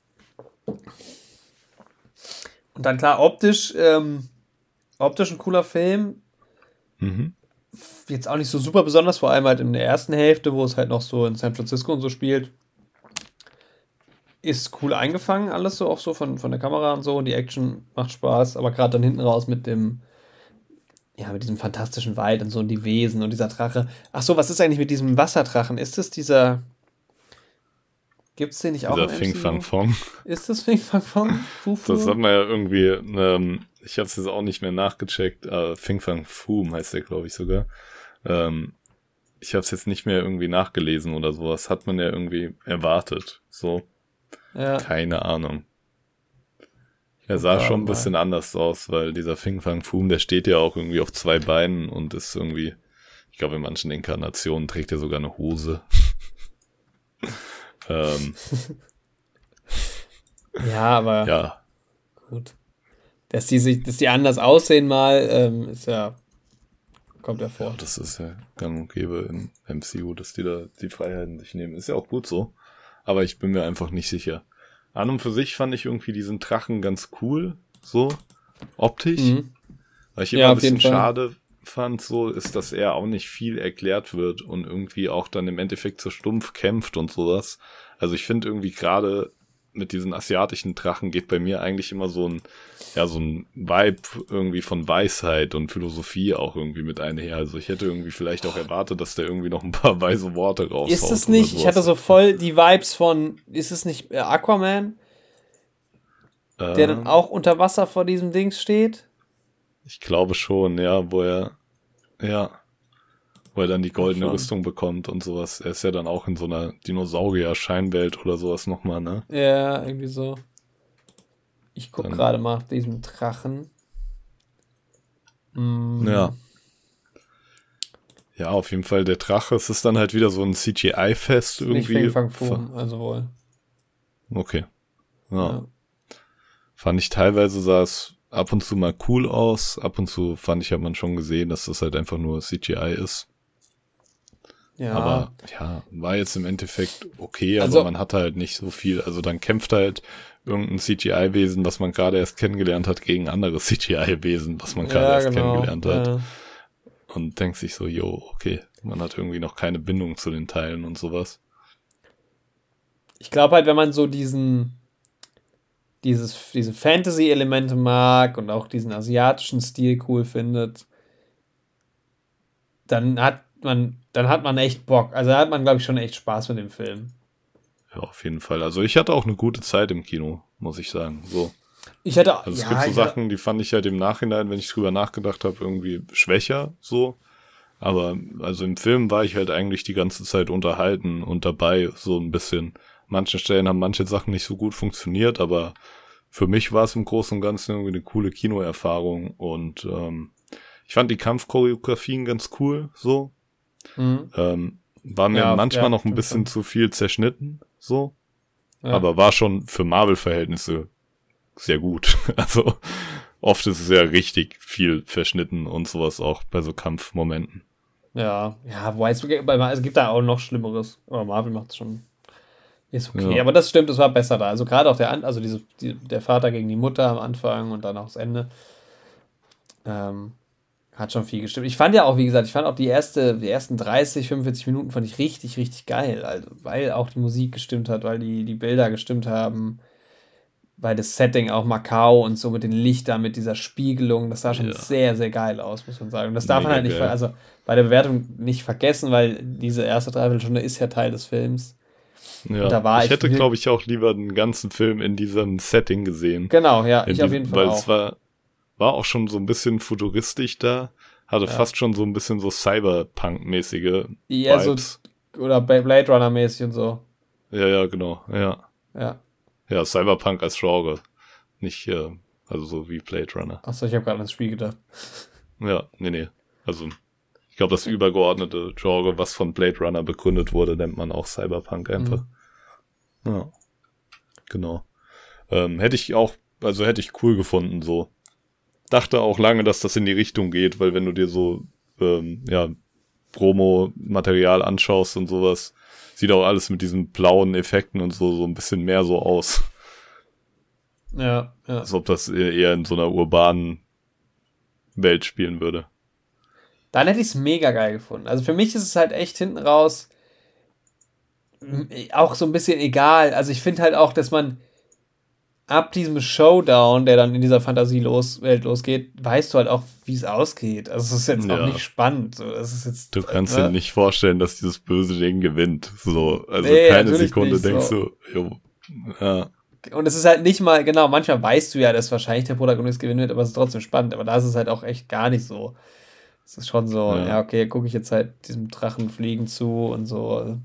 Und dann klar, optisch, ähm, optisch ein cooler Film. Mhm. Jetzt auch nicht so super besonders, vor allem halt in der ersten Hälfte, wo es halt noch so in San Francisco und so spielt. Ist cool eingefangen, alles so, auch so von, von der Kamera und so. Und die Action macht Spaß, aber gerade dann hinten raus mit dem, ja, mit diesem fantastischen Wald und so und die Wesen und dieser Drache. Ach so, was ist eigentlich mit diesem Wasserdrachen? Ist das dieser, gibt's den nicht auch Dieser im Fing Fang Fong. Ist das Fing Fang Fong? Das hat man ja irgendwie, ähm, ich habe es jetzt auch nicht mehr nachgecheckt, äh, Fing Fang Foom heißt der, glaube ich, sogar. Ähm, ich habe es jetzt nicht mehr irgendwie nachgelesen oder sowas. Hat man ja irgendwie erwartet. So. Ja. Keine Ahnung. Er sah ja, schon ein bisschen mal. anders aus, weil dieser Fing Fang Foom, der steht ja auch irgendwie auf zwei Beinen und ist irgendwie, ich glaube in manchen Inkarnationen trägt er sogar eine Hose. ähm, ja, aber ja. Gut. Dass die sich, dass die anders aussehen mal, ähm, ist ja, kommt ja vor. Ja, das ist ja gang und gäbe im M C U, dass die da die Freiheiten sich nehmen. Ist ja auch gut so. Aber ich bin mir einfach nicht sicher. An und für sich fand ich irgendwie diesen Drachen ganz cool, so optisch. Mhm. Weil ich immer ja, ein bisschen schade fand, so ist, dass er auch nicht viel erklärt wird und irgendwie auch dann im Endeffekt so stumpf kämpft und sowas. Also ich finde irgendwie gerade mit diesen asiatischen Drachen geht bei mir eigentlich immer so ein, ja, so ein Vibe irgendwie von Weisheit und Philosophie auch irgendwie mit einher. Also ich hätte irgendwie vielleicht auch erwartet, dass der irgendwie noch ein paar weise Worte raushaut. Ist es nicht, ich hatte so voll die Vibes von, ist es nicht äh, Aquaman? Ähm, der dann auch unter Wasser vor diesem Dings steht? Ich glaube schon, ja, wo er, ja, wo er dann die goldene Rüstung bekommt und sowas. Er ist ja dann auch in so einer Dinosaurier-Scheinwelt oder sowas nochmal, ne? Ja, irgendwie so. Ich guck gerade mal nach diesem Drachen. Mm. Ja. Ja, auf jeden Fall der Drache. Es ist dann halt wieder so ein C G I-Fest irgendwie. Nicht Fing Fang Foom, also wohl. Okay. Ja. ja. Fand ich teilweise sah es ab und zu mal cool aus. Ab und zu fand ich, hat man schon gesehen, dass das halt einfach nur C G I ist. Ja. Aber ja, war jetzt im Endeffekt okay, aber also, man hatte halt nicht so viel. Also dann kämpft halt irgendein C G I-Wesen, was man gerade erst kennengelernt hat, gegen andere C G I-Wesen, was man gerade ja, erst genau. kennengelernt hat. Ja. Und denkt sich so, jo, okay, man hat irgendwie noch keine Bindung zu den Teilen und sowas. Ich glaube halt, wenn man so diesen dieses diese Fantasy-Elemente mag und auch diesen asiatischen Stil cool findet, dann hat man dann hat man echt Bock. Also da hat man, glaube ich, schon echt Spaß mit dem Film. Ja, auf jeden Fall. Also ich hatte auch eine gute Zeit im Kino, muss ich sagen. So. Ich hatte Also es ja, gibt so Sachen, die fand ich halt im Nachhinein, wenn ich drüber nachgedacht habe, irgendwie schwächer, so. Aber also im Film war ich halt eigentlich die ganze Zeit unterhalten und dabei so ein bisschen. Manchen Stellen haben manche Sachen nicht so gut funktioniert, aber für mich war es im Großen und Ganzen irgendwie eine coole Kinoerfahrung und ähm, ich fand die Kampfchoreografien ganz cool, so. Mhm. Ähm, war mir ja, manchmal ja, noch ein bisschen zu viel zerschnitten, so. Ja. Aber war schon für Marvel-Verhältnnisse sehr gut. Also oft ist es ja richtig viel verschnitten und sowas auch bei so Kampfmomenten. Ja, ja, wobei es, es gibt da auch noch Schlimmeres. Aber Marvel macht es schon. Ist okay, ja. Aber das stimmt, es war besser da. Also gerade auch der, also diese, die, der Vater gegen die Mutter am Anfang und dann auch das Ende. Ähm, Hat schon viel gestimmt. Ich fand ja auch, wie gesagt, ich fand auch die, erste, die ersten dreißig, fünfundvierzig Minuten fand ich richtig, richtig geil. Also, weil auch die Musik gestimmt hat, weil die, die Bilder gestimmt haben, weil das Setting auch Macau und so mit den Lichtern, mit dieser Spiegelung, das sah schon ja. sehr, sehr geil aus, muss man sagen. Und das darf Mega man halt nicht, geil. also bei der Bewertung nicht vergessen, weil diese erste Dreiviertelstunde ist ja Teil des Films. Ja, da war ich, ich hätte, glaube ich, auch lieber den ganzen Film in diesem Setting gesehen. Genau, ja, ich die, auf jeden Fall weil auch. Weil es war, war auch schon so ein bisschen futuristisch da, hatte ja. fast schon so ein bisschen so Cyberpunk-mäßige ja, Vibes. So, oder Blade Runner-mäßig und so. Ja, ja, genau, ja. Ja. Ja, Cyberpunk als Genre, nicht, äh, also so wie Blade Runner. Achso, ich habe gerade ans Spiel gedacht. Ja, nee, nee, also ich glaube, das übergeordnete Genre, was von Blade Runner begründet wurde, nennt man auch Cyberpunk einfach. Mhm. Ja, genau. Ähm, hätte ich auch, also hätte ich cool gefunden, so. Dachte auch lange, dass das in die Richtung geht, weil wenn du dir so, ähm, ja, Promo-Material anschaust und sowas, sieht auch alles mit diesen blauen Effekten und so, so ein bisschen mehr so aus. Ja, ja. Als ob das eher in so einer urbanen Welt spielen würde. Dann hätte ich es mega geil gefunden. Also für mich ist es halt echt hinten raus auch so ein bisschen egal. Also ich finde halt auch, dass man ab diesem Showdown, der dann in dieser Fantasiewelt losgeht, weißt du halt auch, wie es ausgeht. Also es ist jetzt ja. auch nicht spannend. So, das ist jetzt, du kannst ne? dir nicht vorstellen, dass dieses böse Ding gewinnt. So, also nee, keine Sekunde denkst so. du, jo, ja. Und es ist halt nicht mal, genau, manchmal weißt du ja, dass wahrscheinlich der Protagonist gewinnen wird, aber es ist trotzdem spannend. Aber da ist es halt auch echt gar nicht so. Es ist schon so, ja, ja okay, gucke ich jetzt halt diesem Drachen fliegen zu und so.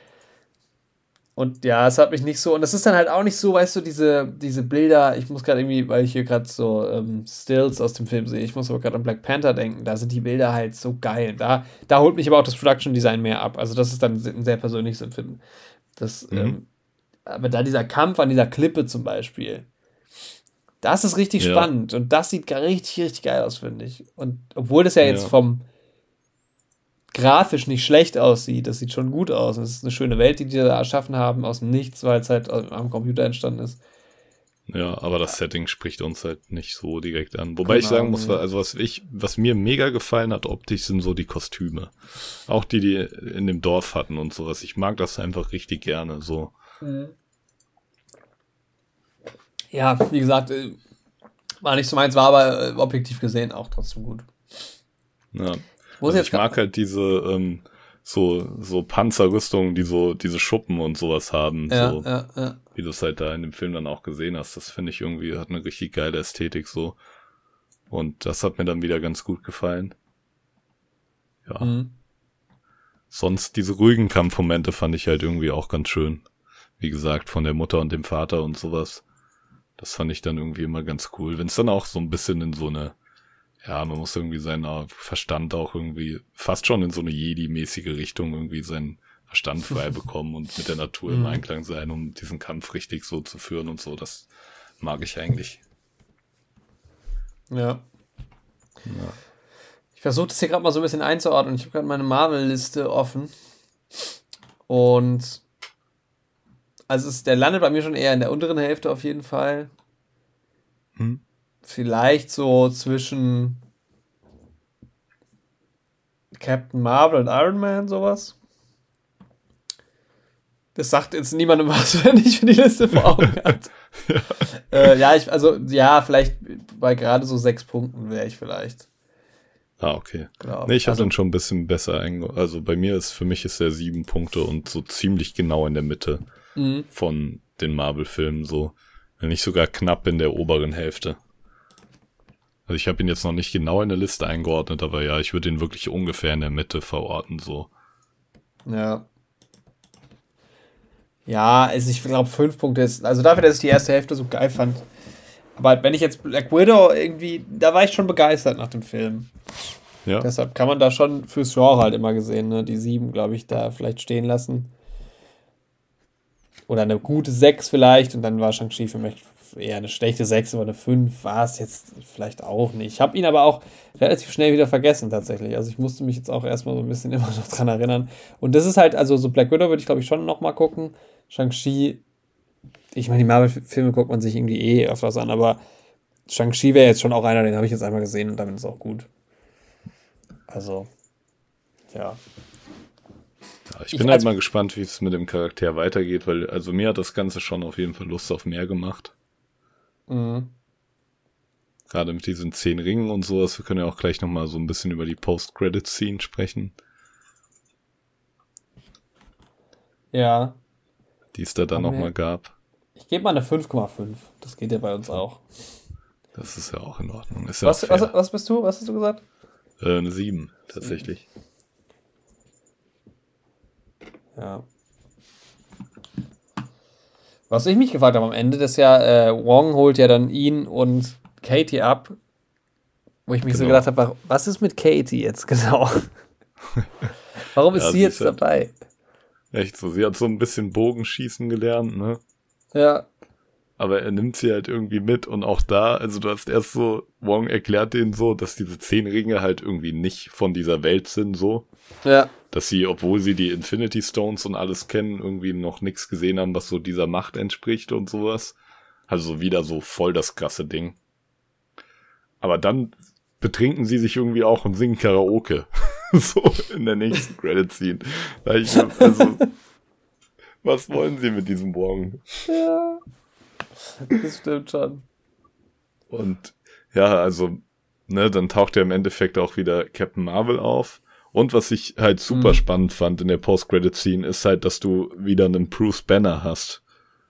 Und ja, es hat mich nicht so, und das ist dann halt auch nicht so, weißt du, diese, diese Bilder, ich muss gerade irgendwie, weil ich hier gerade so ähm, Stills aus dem Film sehe, ich muss aber gerade an Black Panther denken, da sind die Bilder halt so geil. Da, da holt mich aber auch das Production Design mehr ab. Also das ist dann ein sehr persönliches Empfinden. Das, mhm. ähm, aber da dieser Kampf an dieser Klippe zum Beispiel, das ist richtig ja. spannend und das sieht richtig, richtig geil aus, finde ich. Und obwohl das ja jetzt ja. vom grafisch nicht schlecht aussieht, das sieht schon gut aus. Es ist eine schöne Welt, die die da erschaffen haben, aus dem Nichts, weil es halt am Computer entstanden ist. Ja, aber das Setting spricht uns halt nicht so direkt an. Wobei genau, ich sagen muss, also was ich, was mir mega gefallen hat optisch, sind so die Kostüme. Auch die, die in dem Dorf hatten und sowas. Ich mag das einfach richtig gerne, so. Mhm. Ja, wie gesagt, war nicht so meins, war aber objektiv gesehen auch trotzdem gut. Ja. Ich, also ich mag halt diese ähm, so so Panzerrüstungen, die so diese Schuppen und sowas haben, ja, so ja, ja. wie du es halt da in dem Film dann auch gesehen hast. Das finde ich irgendwie, hat eine richtig geile Ästhetik so. Und das hat mir dann wieder ganz gut gefallen. Ja. Mhm. Sonst diese ruhigen Kampfmomente fand ich halt irgendwie auch ganz schön. Wie gesagt, von der Mutter und dem Vater und sowas. Das fand ich dann irgendwie immer ganz cool. Wenn es dann auch so ein bisschen in so eine, ja, man muss irgendwie seinen Verstand auch irgendwie fast schon in so eine Jedi-mäßige Richtung irgendwie seinen Verstand frei bekommen und mit der Natur im Einklang sein, um diesen Kampf richtig so zu führen und so. Das mag ich eigentlich. Ja. ja. Ich versuche das hier gerade mal so ein bisschen einzuordnen. Ich habe gerade meine Marvel-Liste offen. Und also es, der landet bei mir schon eher in der unteren Hälfte auf jeden Fall. Hm. Vielleicht so zwischen Captain Marvel und Iron Man, sowas. Das sagt jetzt niemandem was, wenn ich für die Liste vor Augen hat. ja. Äh, ja, ich, also, ja, vielleicht bei gerade so sechs Punkten wäre ich vielleicht. Ah, okay. Genau. Nee, ich habe also, dann schon ein bisschen besser einge... Also bei mir ist, für mich ist er sieben Punkte und so ziemlich genau in der Mitte mhm. von den Marvel-Filmen, so. Wenn nicht sogar knapp in der oberen Hälfte. Also ich habe ihn jetzt noch nicht genau in der Liste eingeordnet, aber ja, ich würde ihn wirklich ungefähr in der Mitte verorten, so. Ja. Ja, also ich glaube fünf Punkte ist, also dafür, dass ich die erste Hälfte so geil fand. Aber wenn ich jetzt Black Widow irgendwie, da war ich schon begeistert nach dem Film. Ja. Deshalb kann man da schon fürs Genre halt immer gesehen, ne, die sieben, glaube ich, da vielleicht stehen lassen. Oder eine gute sechs vielleicht und dann war Shang-Chi für mich eher eine schlechte sechs, aber eine fünf war es jetzt vielleicht auch nicht. Ich habe ihn aber auch relativ schnell wieder vergessen tatsächlich. Also ich musste mich jetzt auch erstmal so ein bisschen immer noch dran erinnern. Und das ist halt, also so Black Widow würde ich glaube ich schon nochmal gucken. Shang-Chi, ich meine, die Marvel-Filme guckt man sich irgendwie eh öfters an, aber Shang-Chi wäre jetzt schon auch einer, den habe ich jetzt einmal gesehen und damit ist auch gut. Also, ja. ja ich bin ich halt mal gespannt, wie es mit dem Charakter weitergeht, weil also mir hat das Ganze schon auf jeden Fall Lust auf mehr gemacht. Mhm. Gerade mit diesen zehn Ringen und sowas. Wir können ja auch gleich nochmal so ein bisschen über die Post-Credit-Scene sprechen. Ja. Die es da dann nochmal gab. Ich gebe mal eine fünf Komma fünf. Das geht ja bei uns auch. Das ist ja auch in Ordnung. Ist ja was, was, was bist du? Was hast du gesagt? Äh, eine sieben, tatsächlich. Ja. Was ich mich gefragt habe am Ende, das ja, äh, Wong holt ja dann ihn und Katie ab, wo ich mich genau. so gedacht habe, was ist mit Katie jetzt genau? Warum ist ja, sie jetzt halt dabei? Echt so, sie hat so ein bisschen Bogenschießen gelernt, ne? Ja. Aber er nimmt sie halt irgendwie mit und auch da, also du hast erst so, Wong erklärt denen so, dass diese zehn Ringe halt irgendwie nicht von dieser Welt sind, so. Ja. Dass sie, obwohl sie die Infinity Stones und alles kennen, irgendwie noch nichts gesehen haben, was so dieser Macht entspricht und sowas. Also wieder so voll das krasse Ding. Aber dann betrinken sie sich irgendwie auch und singen Karaoke. So in der nächsten Credit-Scene. Also, was wollen sie mit diesem Wong? Ja, das stimmt schon. Und ja, also, ne, dann taucht ja im Endeffekt auch wieder Captain Marvel auf. Und was ich halt super mhm. spannend fand in der Post-Credit-Scene, ist halt, dass du wieder einen Bruce Banner hast.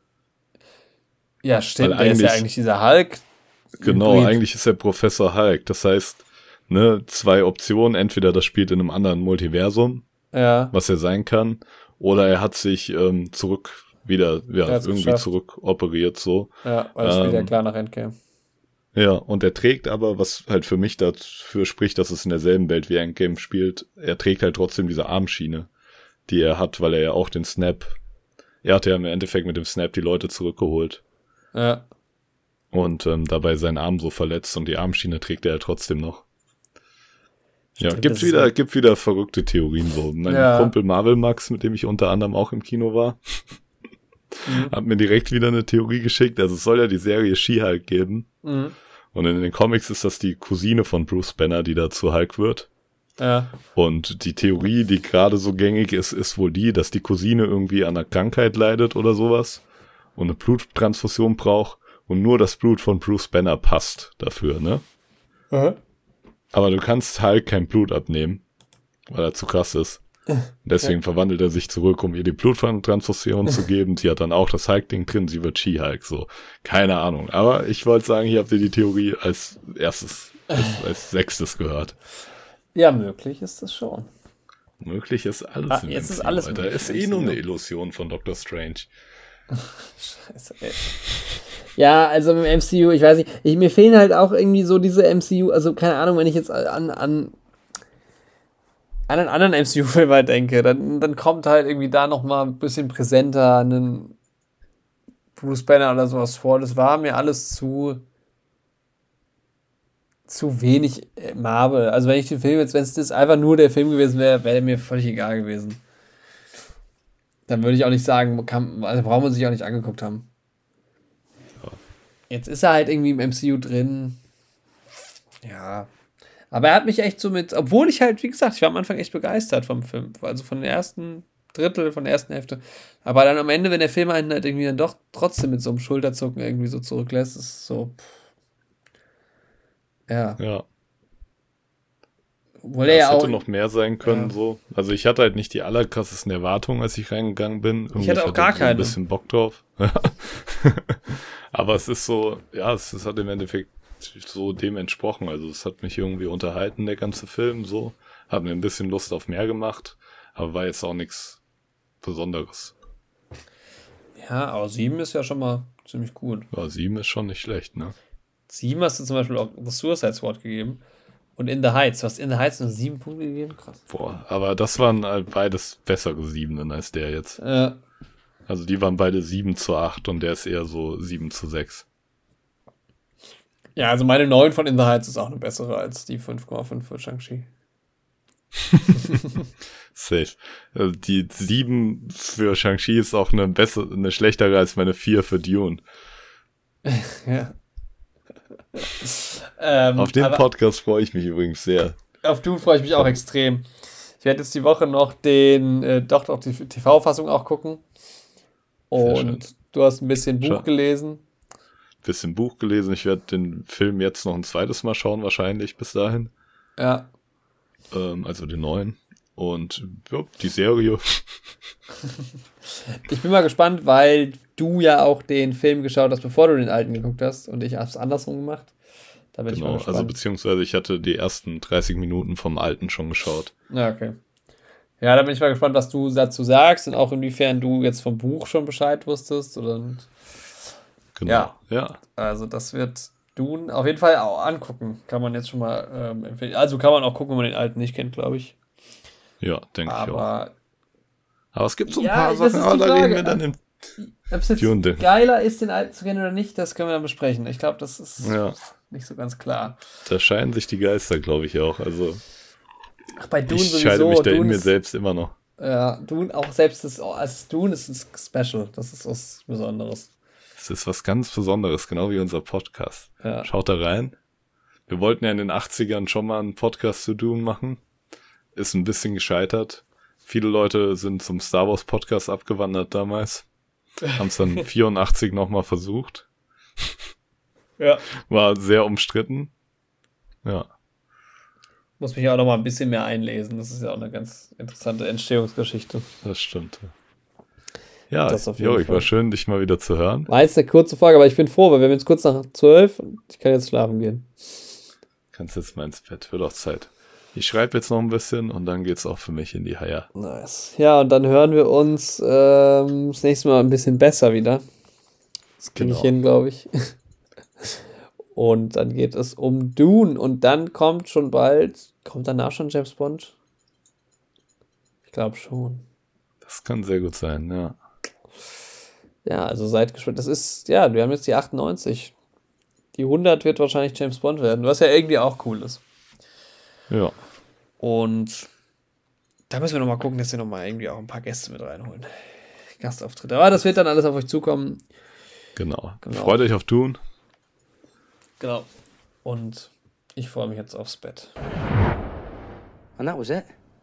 Ja, stimmt, der ist ja eigentlich dieser Hulk. Genau, Hybrid. Eigentlich ist er Professor Hulk. Das heißt, ne, zwei Optionen. Entweder das spielt in einem anderen Multiversum, ja. was er sein kann, oder er hat sich ähm, zurück wieder, ja, irgendwie geschafft. zurück operiert, so. Ja, weil das ähm, spielt ja klar nach Endgame. Ja, und er trägt aber, was halt für mich dafür spricht, dass es in derselben Welt wie Endgame spielt, er trägt halt trotzdem diese Armschiene, die er hat, weil er ja auch den Snap, er hat ja im Endeffekt mit dem Snap die Leute zurückgeholt. Ja. Und ähm, dabei seinen Arm so verletzt und die Armschiene trägt er ja trotzdem noch. Ja, Stimmt, gibt wieder, gibt wieder verrückte Theorien so. Mein ja. Kumpel Marvel Max, mit dem ich unter anderem auch im Kino war, mhm. hat mir direkt wieder eine Theorie geschickt. Also es soll ja die Serie She-Hulk geben. Mhm. Und in den Comics ist das die Cousine von Bruce Banner, die da zu Hulk wird. Ja. Und die Theorie, die gerade so gängig ist, ist wohl die, dass die Cousine irgendwie an einer Krankheit leidet oder sowas und eine Bluttransfusion braucht und nur das Blut von Bruce Banner passt dafür, ne? Mhm. Aber du kannst Hulk kein Blut abnehmen, weil er zu krass ist. Deswegen ja. verwandelt er sich zurück, um ihr die Bluttransfusion zu geben. Sie hat dann auch das Hulk-Ding drin, sie wird She-Hulk, so. Keine Ahnung. Aber ich wollte sagen, hier habt ihr die Theorie als erstes, als, als sechstes gehört. Ja, möglich ist das schon. Möglich ist alles. Ah, jetzt ist alles Da ist eh nur eine Illusion von Doctor Strange. Scheiße, ey. Ja, also im M C U, ich weiß nicht, ich, mir fehlen halt auch irgendwie so diese M C U, also keine Ahnung, wenn ich jetzt an, an, an einen anderen M C U-Film halt denke, dann, dann kommt halt irgendwie da nochmal ein bisschen präsenter einen Bruce Banner oder sowas vor. Das war mir alles zu zu wenig Marvel. Also wenn ich den Film jetzt, wenn es das einfach nur der Film gewesen wäre, wäre der mir völlig egal gewesen. Dann würde ich auch nicht sagen, kann, also braucht man sich auch nicht angeguckt haben. Ja. Jetzt ist er halt irgendwie im M C U drin. Ja. Aber er hat mich echt so mit, obwohl ich halt, wie gesagt, ich war am Anfang echt begeistert vom Film. Also von den ersten Drittel, von der ersten Hälfte. Aber dann am Ende, wenn der Film einen halt irgendwie dann doch trotzdem mit so einem Schulterzucken irgendwie so zurücklässt, ist es so. Pff. Ja. Ja. Obwohl ja, er es ja auch hätte noch mehr sein können, ja. so. Also ich hatte halt nicht die allerkrassesten Erwartungen, als ich reingegangen bin. Irgendwie ich hatte auch gar so keine. ein bisschen Bock drauf. Aber es ist so, ja, es, es hat im Endeffekt so dem entsprochen. Also es hat mich irgendwie unterhalten, der ganze Film, so. Hat mir ein bisschen Lust auf mehr gemacht, aber war jetzt auch nichts Besonderes. Ja, aber sieben ist ja schon mal ziemlich gut. Ja, sieben ist schon nicht schlecht, ne? Sieben hast du zum Beispiel auch das Suicide Squad gegeben. Und In the Heights. Du hast In the Heights nur sieben Punkte gegeben? Krass. Boah, aber das waren halt beides bessere Siebenen als der jetzt. Ja. Also die waren beide sieben zu acht und der ist eher so sieben zu sechs. Ja, also meine neun von In the Heights ist auch eine bessere als die fünf Komma fünf für Shang-Chi. Safe. Also die sieben für Shang-Chi ist auch eine bessere, eine schlechtere als meine vier für Dune. Ja. ähm, Auf den aber, Podcast freue ich mich übrigens sehr. Auf Dune freue ich mich auch extrem. Ich werde jetzt die Woche noch den, äh, doch, doch die T V-Fassung auch gucken. Und du hast ein bisschen Buch Schau. gelesen. Bisschen Buch gelesen. Ich werde den Film jetzt noch ein zweites Mal schauen, wahrscheinlich bis dahin. Ja. Ähm, also den neuen. Und ja, die Serie. Ich bin mal gespannt, weil du ja auch den Film geschaut hast, bevor du den alten geguckt hast. Und ich habe es andersrum gemacht. Da bin genau, ich mal gespannt. Also beziehungsweise ich hatte die ersten dreißig Minuten vom alten schon geschaut. Ja, okay. Ja, da bin ich mal gespannt, was du dazu sagst und auch inwiefern du jetzt vom Buch schon Bescheid wusstest. Oder genau, ja. ja. Also das wird Dune auf jeden Fall auch angucken. Kann man jetzt schon mal ähm, empfehlen. Also kann man auch gucken, wenn man den alten nicht kennt, glaube ich. Ja, denke ich auch. Aber Aber es gibt so ein ja, paar Sachen, aber da reden wir dann im Ob es jetzt Dune. geiler ist, den alten zu kennen oder nicht, das können wir dann besprechen. Ich glaube, das ist ja. nicht so ganz klar. Da scheiden sich die Geister, glaube ich, auch. Also Ach, bei Dune ich sowieso. scheide mich da Dune in mir ist, selbst immer noch. Ja, Dune, auch selbst das, als Dune ist es special. Das ist was Besonderes. Es ist was ganz Besonderes, genau wie unser Podcast. Ja. Schaut da rein. Wir wollten ja in den achtzigern schon mal einen Podcast zu Dune machen. Ist ein bisschen gescheitert. Viele Leute sind zum Star Wars Podcast abgewandert damals. Haben es dann vierundachtzig nochmal versucht. Ja. War sehr umstritten. Ja. Muss mich auch noch mal ein bisschen mehr einlesen. Das ist ja auch eine ganz interessante Entstehungsgeschichte. Das stimmt. Ja, das auf jeden jo, ich Fall. war schön, dich mal wieder zu hören. War jetzt eine kurze Folge, aber ich bin froh, weil wir haben jetzt kurz nach zwölf und ich kann jetzt schlafen gehen. Kannst jetzt mal ins Bett, wird auch Zeit. Ich schreibe jetzt noch ein bisschen und dann geht's auch für mich in die Haie. Nice. Ja, und dann hören wir uns ähm, das nächste Mal ein bisschen besser wieder. Das kriege ich Genau. hin, glaube ich. Und dann geht es um Dune und dann kommt schon bald, kommt danach schon James Bond? Ich glaube schon. Das kann sehr gut sein, ja. Ja, also seid gespannt. Das ist, ja, wir haben jetzt die achtundneunzig. Die hundert wird wahrscheinlich James Bond werden, was ja irgendwie auch cool ist. Ja. Und da müssen wir nochmal gucken, dass wir nochmal irgendwie auch ein paar Gäste mit reinholen. Gastauftritte. Aber das wird dann alles auf euch zukommen. Genau. Genau. Freut euch auf Dune. Genau. Und ich freue mich jetzt aufs Bett. And that was it.